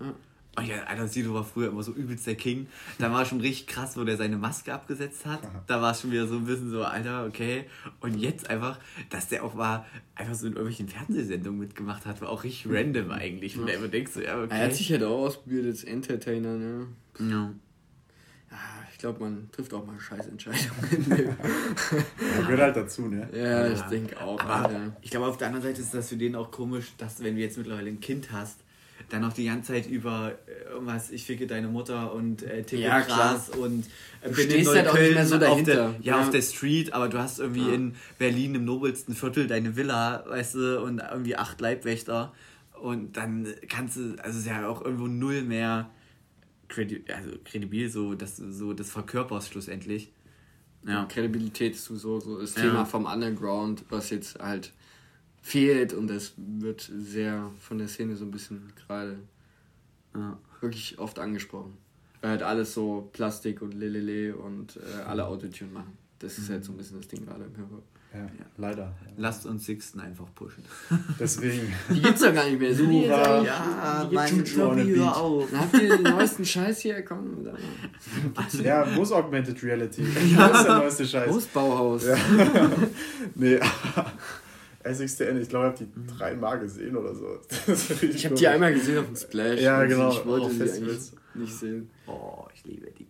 Oh ja, Alter, Sido war früher immer so übelst der King. Da war schon richtig krass, wo der seine Maske abgesetzt hat. Da war es schon wieder so ein bisschen so, Alter, okay. Und jetzt einfach, dass der auch mal einfach so in irgendwelchen Fernsehsendungen mitgemacht hat, war auch richtig random eigentlich. Und der immer denkst so, ja, okay. Er hat sich halt auch ausprobiert als Entertainer, ne? Ja. Ja, ich glaube, man trifft auch mal Scheißentscheidungen. Ja, gehört halt dazu, ne? Ja, ich denke auch. Aber Alter. ich glaube, auf der anderen Seite ist das für den auch komisch, dass wenn du jetzt mittlerweile ein Kind hast, dann noch die ganze Zeit über irgendwas, ich ficke deine Mutter und ticke Ja, Gras und Du bin in stehst halt auch nicht mehr so Neukölln dahinter. auf der Street, aber du hast irgendwie in Berlin im nobelsten Viertel deine Villa, weißt du, und irgendwie 8 Leibwächter und dann kannst du, also es ist ja auch irgendwo null mehr kredibil, so dass du so das verkörperst schlussendlich. Ja. Kredibilität ist so das Thema vom Underground, was jetzt halt fehlt und das wird sehr von der Szene so ein bisschen gerade wirklich oft angesprochen. Weil halt alles so Plastik und Lelele und alle Autotune machen. Das ist halt so ein bisschen das Ding gerade im Hip-Hop. Ja, leider. Lasst uns Sixten einfach pushen. Deswegen. Die gibt's doch gar nicht mehr. Sind die jetzt eigentlich- Ja, die gibt's schon- on a beat. auf. Dann habt ihr den neuesten Scheiß hier? Komm, dann. Ja, wo ist Augmented Reality? Das ist der neueste Scheiß. Wo ist Bauhaus? Ja. Nee, SXTN, ich glaube, ich habe die 3-mal gesehen oder so. Ich habe die einmal gesehen auf dem Splash. Ja, genau, Ich wollte auf sie eigentlich Festivals. nicht sehen. Oh, ich liebe die.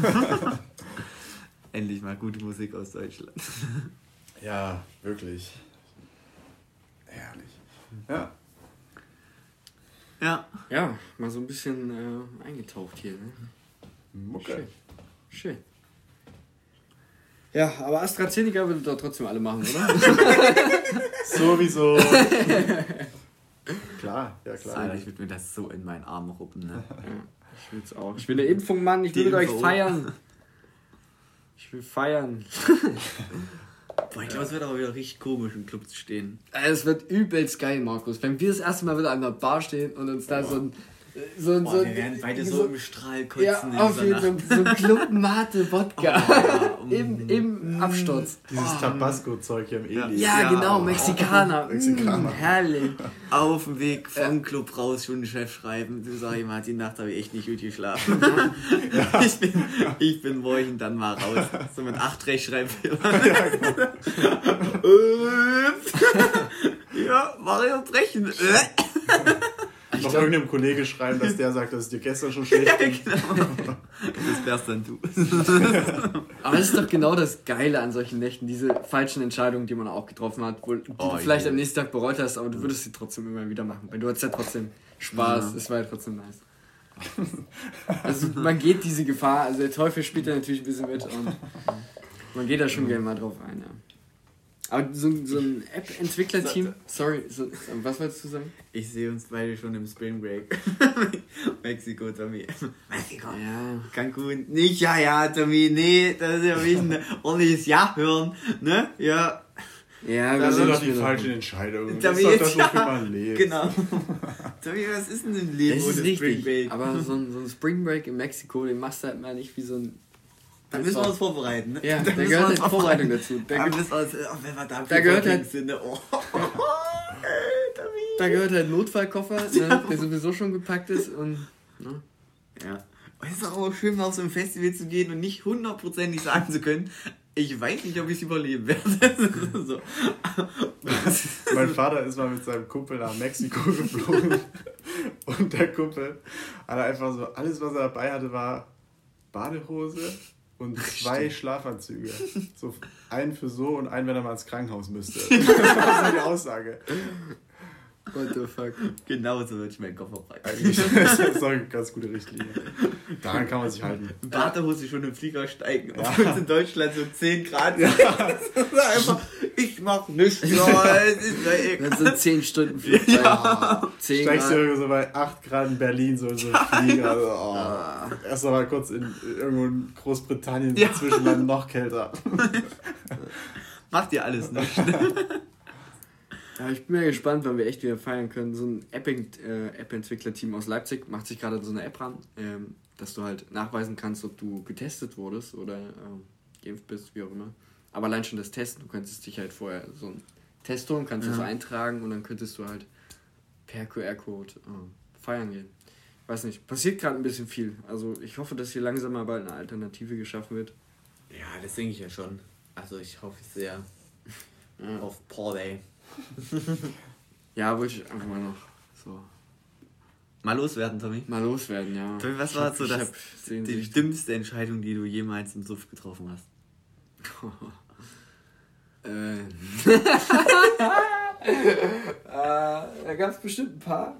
Endlich mal gute Musik aus Deutschland. Ja, wirklich. Herrlich. Ja. Ja. Ja, mal so ein bisschen eingetaucht hier. Ne? Okay. Schön. Ja, aber AstraZeneca würde doch trotzdem alle machen, oder? Sowieso. Klar, ja klar. Alter, ich würde mir das so in meinen Arm ruppen, ne? Ja, ich will's auch. Ich will eine Impfung, Mann. Ich will Die mit euch Impfung. feiern. Ich will feiern. Boah, ich glaube, es wird aber wieder richtig komisch, im Club zu stehen. Es wird übelst geil, Markus. Wenn wir das erste Mal wieder an der Bar stehen und uns da so ein... Boah, wir werden beide so im Strahl kotzen Ja, in auf dieser jeden Nacht. Fall so ein Club Mate Wodka. Oh, Im Absturz. Dieses Tabasco-Zeug hier im Eli. Ja, Ja, genau, oh. Mexikaner. Mexikaner. Herrlich. Auf dem Weg vom Club raus schon den Chef schreiben. Du sag ich mal, die Nacht habe ich echt nicht gut geschlafen. Ich bin morgen dann mal raus. So mit 8 Rechtschreibfehlern. Ja, Mario brechen. Noch irgendeinem Kollege schreiben, dass der sagt, dass es dir gestern schon schlecht ging. Genau. Das wärst dann du. Aber das ist doch genau das Geile an solchen Nächten, diese falschen Entscheidungen, die man auch getroffen hat, die du vielleicht am nächsten Tag bereut hast, aber du würdest sie trotzdem immer wieder machen, weil du hattest ja trotzdem Spaß, es war ja trotzdem nice. Also man geht diese Gefahr, also der Teufel spielt da natürlich ein bisschen mit und man geht da schon gerne mal drauf ein, ja. Aber so ein App-Entwickler-Team, sorry, was wolltest du sagen? Ich sehe uns beide schon im Spring Break. Mexiko, Tommy. Mexiko. Ja. Cancun. Nicht ja, Tommy. Nee, das ist ja wirklich ein ordentliches Ja hören. Ne? Ja. Ja, Das sind wir doch die sind falschen Entscheidungen. Das Tommy, ist doch das, jetzt, wofür man lebt. Genau. Tommy, was ist denn ein Leben Das ohne ist Spring richtig, Break? aber so ein Spring Break in Mexiko, den machst du halt mal nicht wie so ein... Da müssen wir uns vorbereiten. Ne? Ja, da müssen wir gehört uns halt Vorbereitung dazu. Da müssen wir uns, wenn wir da gehört halt- sind, ne? Oh. Tommy. Da gehört halt Notfallkoffer, ne, der sowieso schon gepackt ist und... Ne? Ja. Und es ist auch schön, mal auf so ein Festival zu gehen und nicht 100% sagen zu können, ich weiß nicht, ob ich es überleben werde. So. Mein Vater ist mal mit seinem Kumpel nach Mexiko geflogen und der Kumpel hat einfach so, alles was er dabei hatte war Badehose und 2 Schlafanzüge. So einen für so und einen, wenn er mal ins Krankenhaus müsste. Das war die Aussage. What the fuck? Genau so würde ich meinen Koffer packen. Eigentlich das ist doch eine ganz gute Richtlinie. Daran kann man sich halten. Badehose schon im Flieger steigen. Obwohl es in Deutschland so 10 Grad sind. Das ist einfach, ich mach nichts. Ja, es ist ja egal. Dann sind 10 Stunden Flug. Ja. 10 Steigst du Grad. irgendwie so bei 8 Grad in Berlin so in so einen Flieger. Also, oh. Erst mal kurz irgendwo in Großbritannien Ja. Zwischenland noch kälter. Macht ihr alles nicht. Ja, ich bin mal gespannt, wann wir echt wieder feiern können. So ein App-Entwickler-Team aus Leipzig macht sich gerade so eine App ran, dass du halt nachweisen kannst, ob du getestet wurdest oder geimpft bist, wie auch immer. Aber allein schon das Testen, du könntest dich halt vorher so ein Test holen, kannst das eintragen und dann könntest du halt per QR-Code feiern gehen. weiß nicht, passiert gerade ein bisschen viel. Also ich hoffe, dass hier langsam mal bald eine Alternative geschaffen wird. Ja, das denke ich ja schon. Also ich hoffe sehr auf Party. Ja, wollte ich einfach mal noch so Mal loswerden, Tommy. mal loswerden, ja. Tommy, was Ich war hab- so ich das, hab die Sehnsucht. dümmste Entscheidung, die du jemals im Suff getroffen hast? Da gab es bestimmt ein paar.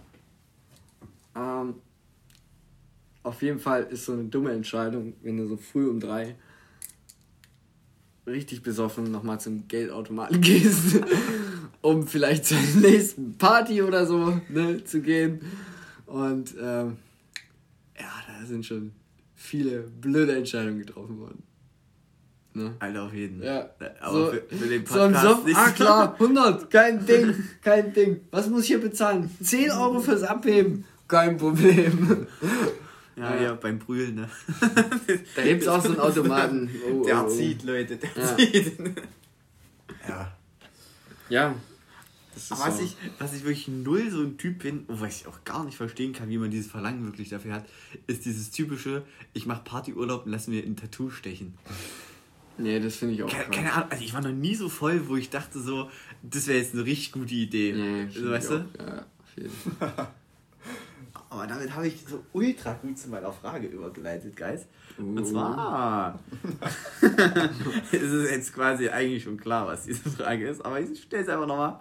Auf jeden Fall ist so eine dumme Entscheidung, wenn du so früh um 3 richtig besoffen nochmal zum Geldautomaten gehst, um vielleicht zur nächsten Party oder so, ne, zu gehen. Und ja, da sind schon viele blöde Entscheidungen getroffen worden. Ne? Alter, auf jeden. Ja. Aber So- für den So im Podcast Suff, nicht. klar, 100, kein Ding, kein Ding. Was muss ich hier bezahlen? 10 Euro fürs Abheben, kein Problem. Ja, ja, beim Brühlen, ne? Da gibt's auch so einen Automaten. Oh, Der oh, oh. zieht, Leute, der Ja. zieht. Ja. Ja. Das ist Aber so. was ich wirklich null so ein Typ bin, und was ich auch gar nicht verstehen kann, wie man dieses Verlangen wirklich dafür hat, ist dieses typische, ich mache Partyurlaub und lass mir ein Tattoo stechen. Nee, das finde ich auch Keine Ahnung, also ich war noch nie so voll, wo ich dachte so, das wäre jetzt eine richtig gute Idee. Nee, so, weißt du? Ja, auf jeden Fall. Aber damit habe ich so ultra gut zu meiner Frage übergeleitet, Guys. Und Uh. zwar ist es jetzt quasi eigentlich schon klar, was diese Frage ist, aber ich stelle es einfach nochmal.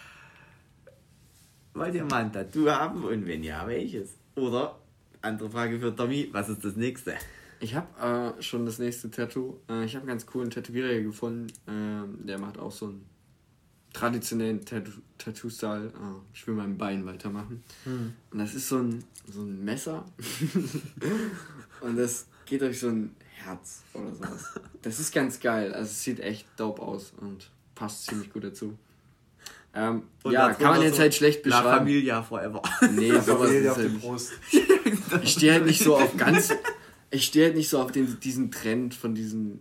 Wollt ihr mal ein Tattoo haben und wenn ja, welches? Oder, andere Frage für Tommy, was ist das nächste? Ich habe schon das nächste Tattoo. Ich habe einen ganz coolen Tätowierer hier gefunden. Der macht auch so einen traditionellen Tattoo-Style. Ich will mein Bein weitermachen. Und das ist so ein Messer. Und das geht durch so ein Herz oder sowas. Das ist ganz geil. Also es sieht echt dope aus und passt ziemlich gut dazu. Und Ja, dazu kann man noch jetzt so halt schlecht La beschreiben. Familia forever. Nee, sowas Familie ist auf halt die nicht. Brust. Ich stehe halt nicht so auf ganz. Ich stehe halt nicht so auf diesen Trend von diesem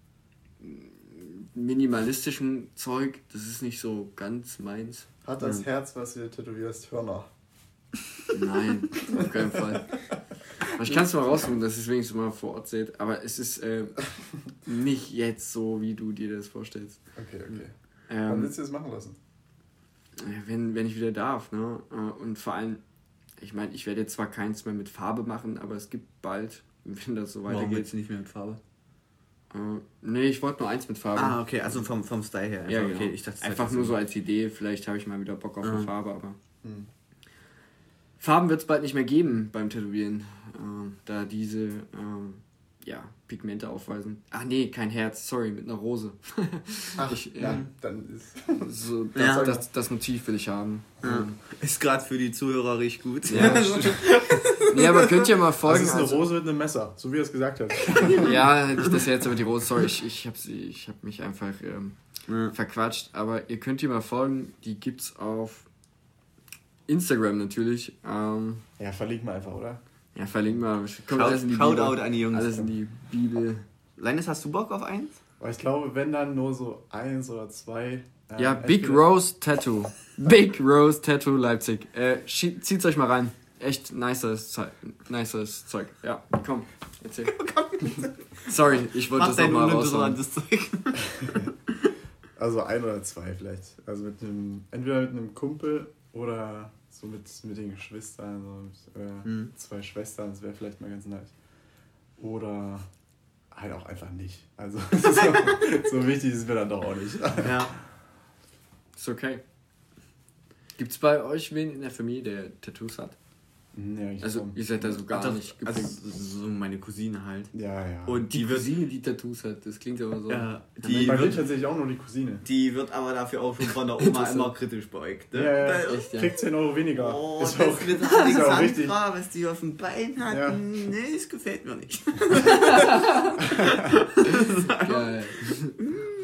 minimalistischen Zeug. Das ist nicht so ganz meins. Hat das Herz, was du tätowierst, Hörner? Nein, auf keinen Fall. Aber ich kann es mal raussuchen, dass ihr es wenigstens mal vor Ort seht. Aber es ist nicht jetzt so, wie du dir das vorstellst. Okay. Wann Ähm, willst du das machen lassen? wenn ich wieder darf, ne? Und vor allem, ich meine, ich werde jetzt zwar keins mehr mit Farbe machen, aber es gibt bald, wenn das so Warum weitergeht. jetzt nicht mehr mit Farbe? Nee, ich wollte nur eins mit Farbe. Ah, okay, also vom Style her. Ja, Einfach, genau. okay, ich dachte, Einfach nur so als Idee, vielleicht habe ich mal wieder Bock auf eine Mhm. Farbe, aber Farben wird es bald nicht mehr geben beim Tätowieren, da diese Pigmente aufweisen. Ach nee, kein Herz, sorry, mit einer Rose. Ach, Ich, ja, dann ist... So, Ja. das Motiv will ich haben. Ja. Ist gerade für die Zuhörer richtig gut. Ja, nee, aber könnt ihr mal Das folgen. ist eine also- Rose mit einem Messer, so wie er es gesagt hat. Ja, nicht das Herz, aber die Rose. Sorry, ich hab mich einfach Ja. verquatscht. Aber ihr könnt ihr mal folgen. Die gibt's auf Instagram natürlich. Ja, verlinken wir einfach, oder? Ja, verlinken wir. Kommt alles in die Shoutout Bibel. an die Jungs. Alles in die Bibel. Linus, hast du Bock auf eins? Aber ich glaube, wenn dann nur so 1 oder 2. Ja, Big Rose Tattoo. Big Rose Tattoo Leipzig. Zieht's euch mal rein. Echt nices Zeug. Ja, komm, erzähl. Sorry, ich wollte Mach das dein nochmal raushauen. uninteressantes Zeug. Also 1 oder 2 vielleicht. Also entweder mit einem Kumpel oder so mit den Geschwistern, so mit, 2 Schwestern, das wäre vielleicht mal ganz nice. Oder halt auch einfach nicht. Also so wichtig ist mir dann doch auch nicht. Ja. Ist okay. Gibt's bei euch wen in der Familie, der Tattoos hat? Ja, ich Also, komm. ihr seid da so gar nicht Also geprägt. so meine Cousine halt. Ja. Und Die die wird, Cousine, die Tattoos hat, das klingt aber so. ja, Bei die mir wird, tatsächlich auch nur die Cousine. die wird aber dafür auch schon von der Oma Interessant. immer kritisch beäugt. Ne? Ja. Echt, ja. Kriegt 10 Euro weniger. Oh, ist das auch, mit ist auch richtig. Alexandra, was die auf dem Bein hat, Ja. nee, das gefällt mir nicht. Geil.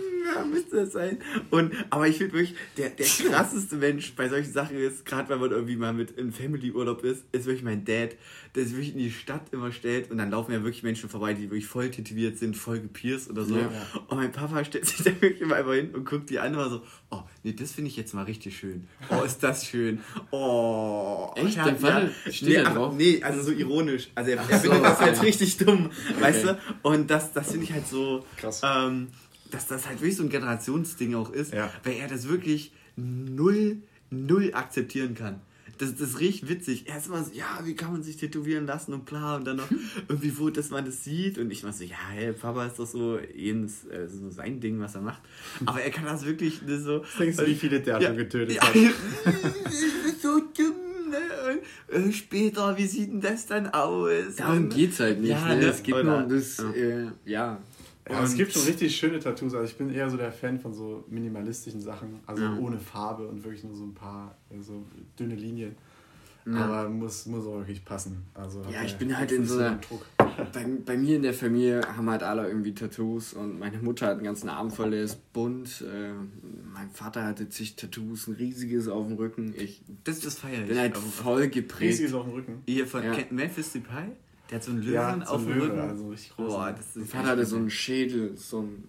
Ja, müsste das sein. Aber ich finde wirklich, der krasseste Mensch bei solchen Sachen ist, gerade wenn man irgendwie mal mit im Family-Urlaub ist wirklich mein Dad, der sich wirklich in die Stadt immer stellt und dann laufen ja wirklich Menschen vorbei, die wirklich voll tätowiert sind, voll gepierst oder so. Ja. Und mein Papa stellt sich da wirklich immer hin und guckt die an und so, oh, nee, das finde ich jetzt mal richtig schön. Oh, ist das schön. Oh. Echt? Ja, Dein Vater steht da drauf? Nee, also so ironisch. Also er findet das halt richtig dumm, weißt du? Und das finde ich halt so, krass. Dass das halt wirklich so ein Generationsding auch ist, ja. weil er das wirklich null akzeptieren kann. Das ist richtig witzig. Er ist immer so, ja, wie kann man sich tätowieren lassen und bla und dann noch irgendwie wo, dass man das sieht und ich war so, ja, hey, Papa ist doch so so sein Ding, was er macht. Aber er kann das wirklich so... Was denkst du, wie viele der schon getötet hat? So dumm, ne? Und später, wie sieht denn das dann aus? Darum geht's halt nicht, ja, ne? Es geht oder, nur um das, Ja, es gibt schon richtig schöne Tattoos. Also ich bin eher so der Fan von so minimalistischen Sachen. Also ohne Farbe und wirklich nur so ein paar so dünne Linien. Ja. Aber muss auch wirklich passen. Also ja, ich bin halt in so einer... Bei mir in der Familie haben halt alle irgendwie Tattoos und meine Mutter hat einen ganzen Arm voll, der ist bunt. Mein Vater hatte zig Tattoos, ein riesiges auf dem Rücken. Das feiere ich. Bin halt voll geprägt. Riesiges auf dem Rücken. Ihr von Memphis Depay? Der hat so einen Löwen auf dem Rücken. Also richtig groß. Boah, mein Vater hatte so einen Schädel, so ein...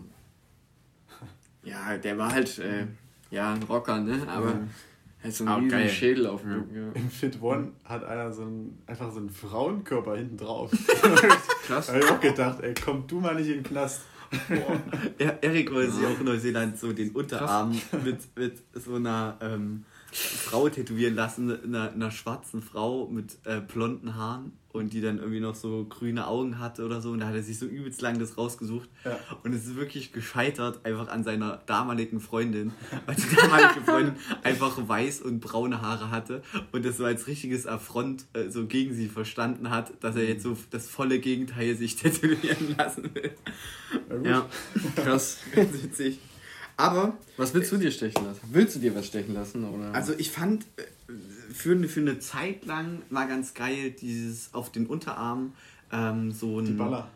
Ja, der war halt ein Rocker, ne? Aber hat so einen riesigen Schädel auf dem Rücken. Ja. Im Fit One hat einer einfach so einen Frauenkörper hinten drauf. Krass. Da hab ich auch gedacht, ey, komm du mal nicht in den Knast. Erik wollte sich auch in Neuseeland so den Unterarm mit so einer Frau tätowieren lassen, einer schwarzen Frau mit blonden Haaren und die dann irgendwie noch so grüne Augen hatte oder so und da hat er sich so übelst lang das rausgesucht und es ist wirklich gescheitert einfach an seiner damaligen Freundin, weil die damalige Freundin einfach weiß und braune Haare hatte und das so als richtiges Affront so gegen sie verstanden hat, dass er jetzt so das volle Gegenteil sich tätowieren lassen will. Ja, krass. Ganz witzig. Aber... Was willst du dir stechen lassen? Willst du dir was stechen lassen? Oder? Also ich fand für eine Zeit lang mal ganz geil dieses auf den Unterarm so ein... Die Baller.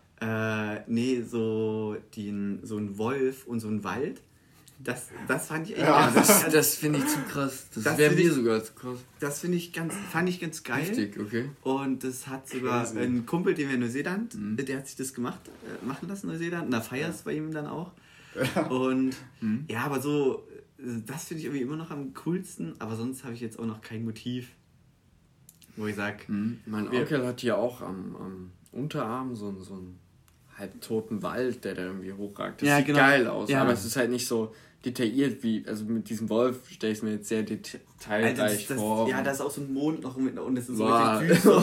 So ein Wolf und so ein Wald. Das fand ich echt das finde ich zu krass. Das wäre mir sogar zu krass. Das fand ich ganz geil. Richtig, okay. Und das hat sogar ein Kumpel, den wir in Neuseeland, der hat sich das machen lassen in Neuseeland. Und da feiert es bei ihm dann auch. Und ja, aber so, das finde ich irgendwie immer noch am coolsten, aber sonst habe ich jetzt auch noch kein Motiv, wo ich sage... Mein Onkel hat hier auch am Unterarm so einen halbtoten Wald, der da irgendwie hochragt. Das sieht geil aus, aber es ist halt nicht so detailliert wie, also mit diesem Wolf stelle ich es mir jetzt sehr detailreich vor. Ja, da ist auch so ein Mond noch mit und das ist so richtig süß.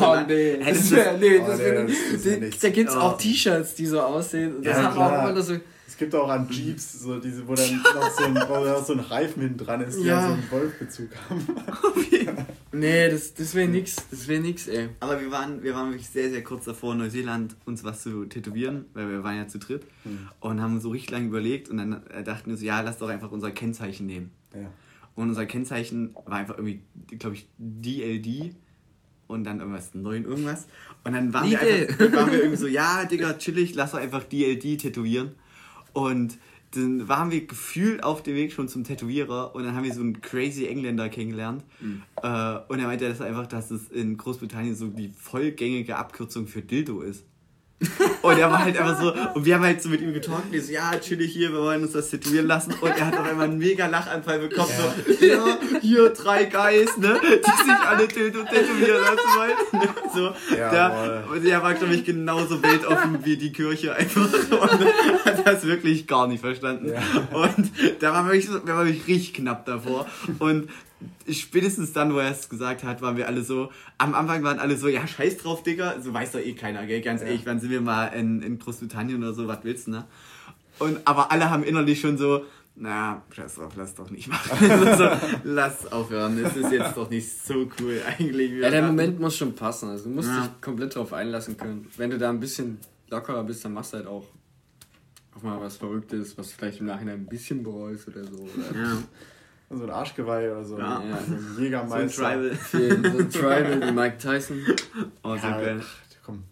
Da gibt es auch T-Shirts, die so aussehen. Und das hat auch immer so... Es gibt auch an Jeeps, so diese, wo dann noch so ein Reifen hinten dran ist, die so einen Wolfbezug haben. Nee, das wäre nix. Das wäre nix, ey. Aber wir waren wirklich sehr, sehr kurz davor, in Neuseeland uns was zu tätowieren, weil wir waren ja zu dritt und haben so richtig lange überlegt und dann dachten wir so, ja, lass doch einfach unser Kennzeichen nehmen. Ja. Und unser Kennzeichen war einfach irgendwie, glaube ich, DLD und dann irgendwas 9 irgendwas. Und dann waren wir irgendwie so, ja, Digga, chillig, lass doch einfach DLD tätowieren. Und dann waren wir gefühlt auf dem Weg schon zum Tätowierer und dann haben wir so einen crazy Engländer kennengelernt. Und er meinte dass es in Großbritannien so die vollgängige Abkürzung für Dildo ist. Und er war halt einfach so, und wir haben halt so mit ihm getalkt und die so, ja, chillig hier, wir wollen uns das tätowieren lassen. Und er hat auf einmal einen mega Lachanfall bekommen, so, ja, hier 3 Guys, ne, die sich alle Dildo tätowieren lassen wollen. So, der war, glaube ich, genauso weltoffen wie die Kirche einfach und hat das wirklich gar nicht verstanden. Ja. Und da war wirklich richtig knapp davor. Und spätestens dann, wo er es gesagt hat, waren wir alle so, am Anfang waren alle so, ja, scheiß drauf, Digga, so weiß doch eh keiner, gell, ganz ehrlich, wann sind wir mal in Großbritannien oder so, was willst du, ne? Aber alle haben innerlich schon so, na, scheiß drauf, lass doch nicht machen. So, lass aufhören, das ist jetzt doch nicht so cool eigentlich. Ja, der Moment muss schon passen, also du musst dich komplett drauf einlassen können. Wenn du da ein bisschen lockerer bist, dann machst du halt auch mal was Verrücktes, was vielleicht im Nachhinein ein bisschen bereust oder so. Oder? Ja. So ein Arschgeweih oder so. Ja. So ein Jägermeister. So ein Tribal wie Mike Tyson. Oh, so geil. Komm.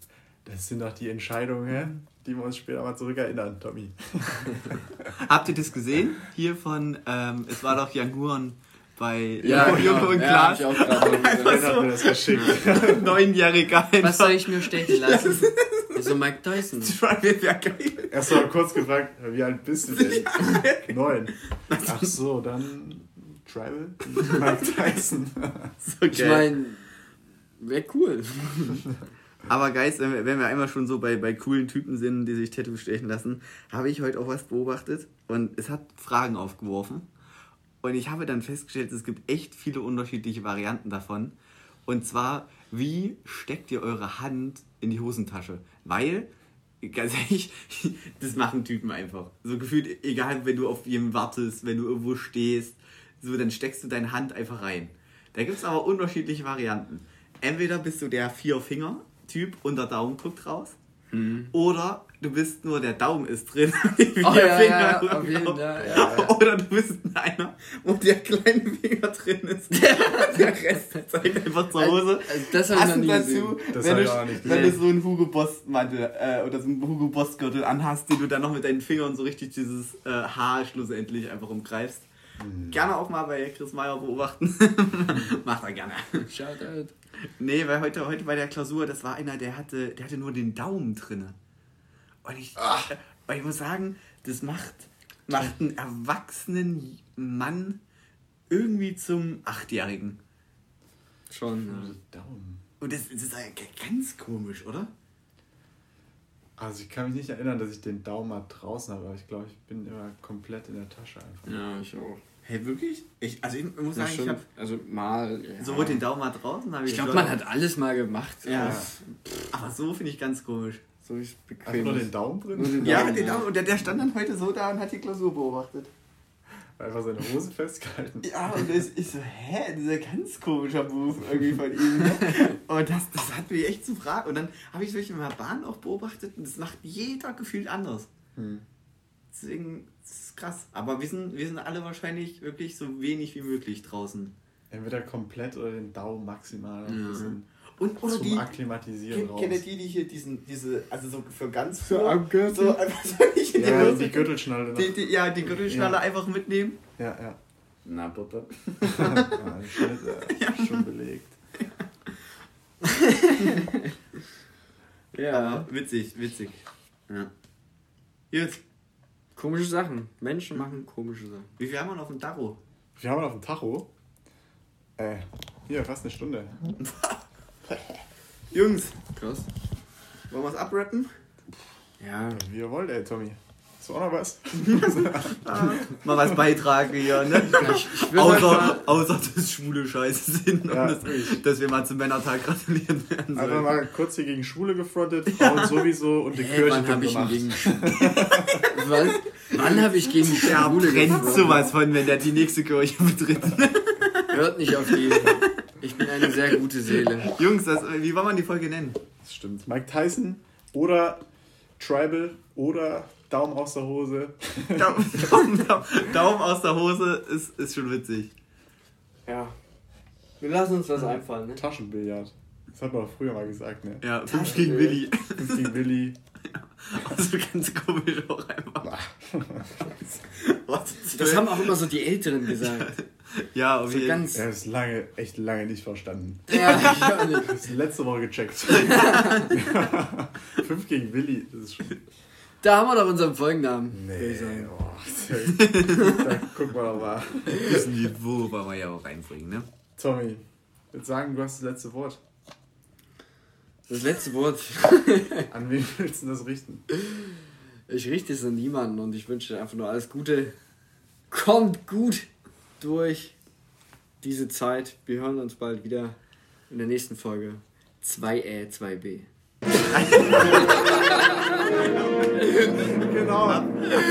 Das sind doch die Entscheidungen, die wir uns später mal zurückerinnern, Tommy. Habt ihr das gesehen? Hier von, es war doch Jan Guren bei Ja, Joko und ja, hab Klaas. ich auch gerade Einfach Wer hat mir das geschickt? 9-Jähriger Was soll ich mir stechen lassen? So Mike Tyson. Trial wäre geil. Erst mal kurz gefragt, wie alt bist du denn? 9. Ach so, dann Tribal? Mike Tyson. So Ich geil. meine, wäre cool. Aber Guys, wenn wir einmal schon so bei coolen Typen sind, die sich Tattoo stechen lassen, habe ich heute auch was beobachtet und es hat Fragen aufgeworfen. Und ich habe dann festgestellt, es gibt echt viele unterschiedliche Varianten davon. Und zwar, wie steckt ihr eure Hand in die Hosentasche? Weil, ganz ehrlich, das machen Typen einfach. So gefühlt, egal, wenn du auf jemanden wartest, wenn du irgendwo stehst, so, dann steckst du deine Hand einfach rein. Da gibt es aber unterschiedliche Varianten. Entweder bist du der Vier-Finger-Typ und der Daumen guckt raus. Oder du bist nur der Daumen ist drin. Die Oh, vier ja, Finger ja, gucken auf jeden raus. Fall, ja. Oder du bist einer, wo der kleine Finger drin ist. Der Rest zeigt einfach zur Hose. Also das habe ich noch nie Passend gesehen. dazu, Das wenn hab ich du, auch nicht wenn du gesehen. so einen Hugo Boss Mantel oder so einen Hugo Boss Gürtel anhast, den du dann noch mit deinen Fingern so richtig dieses Haar schlussendlich einfach umgreifst. Gerne auch mal bei Chris Meyer beobachten. Macht er gerne. Shoutout. Nee, weil heute bei der Klausur, das war einer, der hatte nur den Daumen drinne. Und ich muss sagen, das macht einen erwachsenen Mann irgendwie zum 8-Jährigen. Schon, ja. Daumen. Und das ist ja ganz komisch, oder? Also ich kann mich nicht erinnern, dass ich den Daumen mal draußen habe, aber ich glaube, ich bin immer komplett in der Tasche einfach. Ja, ich auch. Hey, wirklich? Ich muss sagen, ich schon, habe also mal. Ja. sowohl den Daumen mal draußen, habe Ich glaube, man hat alles mal gemacht. Ja. Das- Aber so finde ich ganz komisch. So ist Einfach bequem. nur den Daumen drin? Nur den Ja, Daumen, den Daumen. Und der stand dann heute so da und hat die Klausur beobachtet. Einfach seine Hose festgehalten. Ja, und ich so, dieser ganz komischer Move irgendwie von ihm. Ne? Und das hat mich echt zu fragen. Und dann habe ich es wirklich in der Bahn auch beobachtet und das macht jeder gefühlt anders. Deswegen, das ist krass. Aber wir sind alle wahrscheinlich wirklich so wenig wie möglich draußen. Entweder komplett oder den Daumen maximal. Ein bisschen Oder zum die, Akklimatisieren raus. kennt ihr die hier diese, also so für ganz So früh, am Gürtel? so einfach so nicht in die Ja, Hose. die Gürtelschnalle noch. Die Gürtelschnalle Ja. einfach mitnehmen. Ja. Na, Papa. Ja, der Schnitt schon belegt. Ja. Aber witzig. Ja. Jetzt, Komische Sachen. Menschen machen komische Sachen. wie viel haben wir noch auf dem Tacho? Wir haben auf dem Tacho. Hier, fast eine Stunde. Jungs, Krass. wollen wir es abrappen? Ja. Wie ihr wollt, ey, Tommy. Hast du auch noch was? Mal was beitragen hier, ne? Außer dass Schwule scheiße sind Ja, und dass wir mal zum Männertag gratulieren werden Einfach sollen. mal kurz hier gegen Schwule gefrontet, Frauen sowieso und die Kirche Wann habe ich gemacht. ihn gegen Was? Wann habe ich gegen Der Schwule brennt gefrontet? sowas von, wenn der die nächste Kirche betritt. Hört nicht auf die. Ich bin eine sehr gute Seele. Jungs, wie wollen wir die Folge nennen? Das stimmt. Mike Tyson oder Tribal oder Daumen aus der Hose. Daumen aus der Hose ist schon witzig. Ja. Wir lassen uns was einfallen, ne? Taschenbillard. Das hat man doch früher mal gesagt, ne? Ja, 5 gegen Willi. 5 gegen Willi. Also ganz komisch auch einfach. Das haben auch immer so die Älteren gesagt. Ja, auf So jeden Fall. ganz. Ja, das ist echt lange nicht verstanden. Ja, ich auch nicht. Das ist letzte Woche gecheckt. 5 gegen Willi, das ist schon... Da haben wir doch unseren Folgennamen. würde ich Nee, sagen. da gucken wir doch mal. Das Niveau wollen wir ja auch reinbringen, ne? Tommy, ich würde sagen, du hast das letzte Wort. Das letzte Wort. An wen willst du das richten? Ich richte es an niemanden und ich wünsche dir einfach nur alles Gute. Kommt gut durch diese Zeit. Wir hören uns bald wieder in der nächsten Folge. 2 2B. Genau. Ach,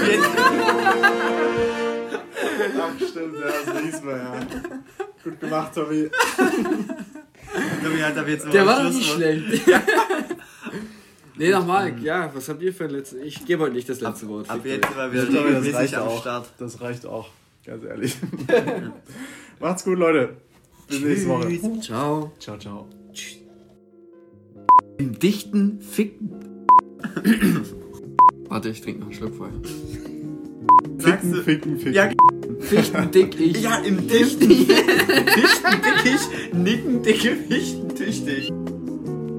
stimmt, ja, das hieß man ja. Gut gemacht, Tommy. Tommy hat aber jetzt Der mal war doch Schluss, nicht ne? schlecht. Nee, nochmal. Ja, was habt ihr für ein letztes... Ich gebe heute nicht das letzte Wort. Ab Fickt jetzt euch. mal wieder Tommy, das regelmäßig reicht am auch. Start. Das reicht auch, ganz ehrlich. Macht's gut, Leute. Bis nächste Woche. Ciao. Ciao, ciao. Tschüss. Im dichten Ficken... Warte, ich trinke noch einen Schluck vorher. Sagst du- Ficken. Ja, Fichtendickicht. ja, im dichten Dickicht, nicken dicke Fichten tüchtig.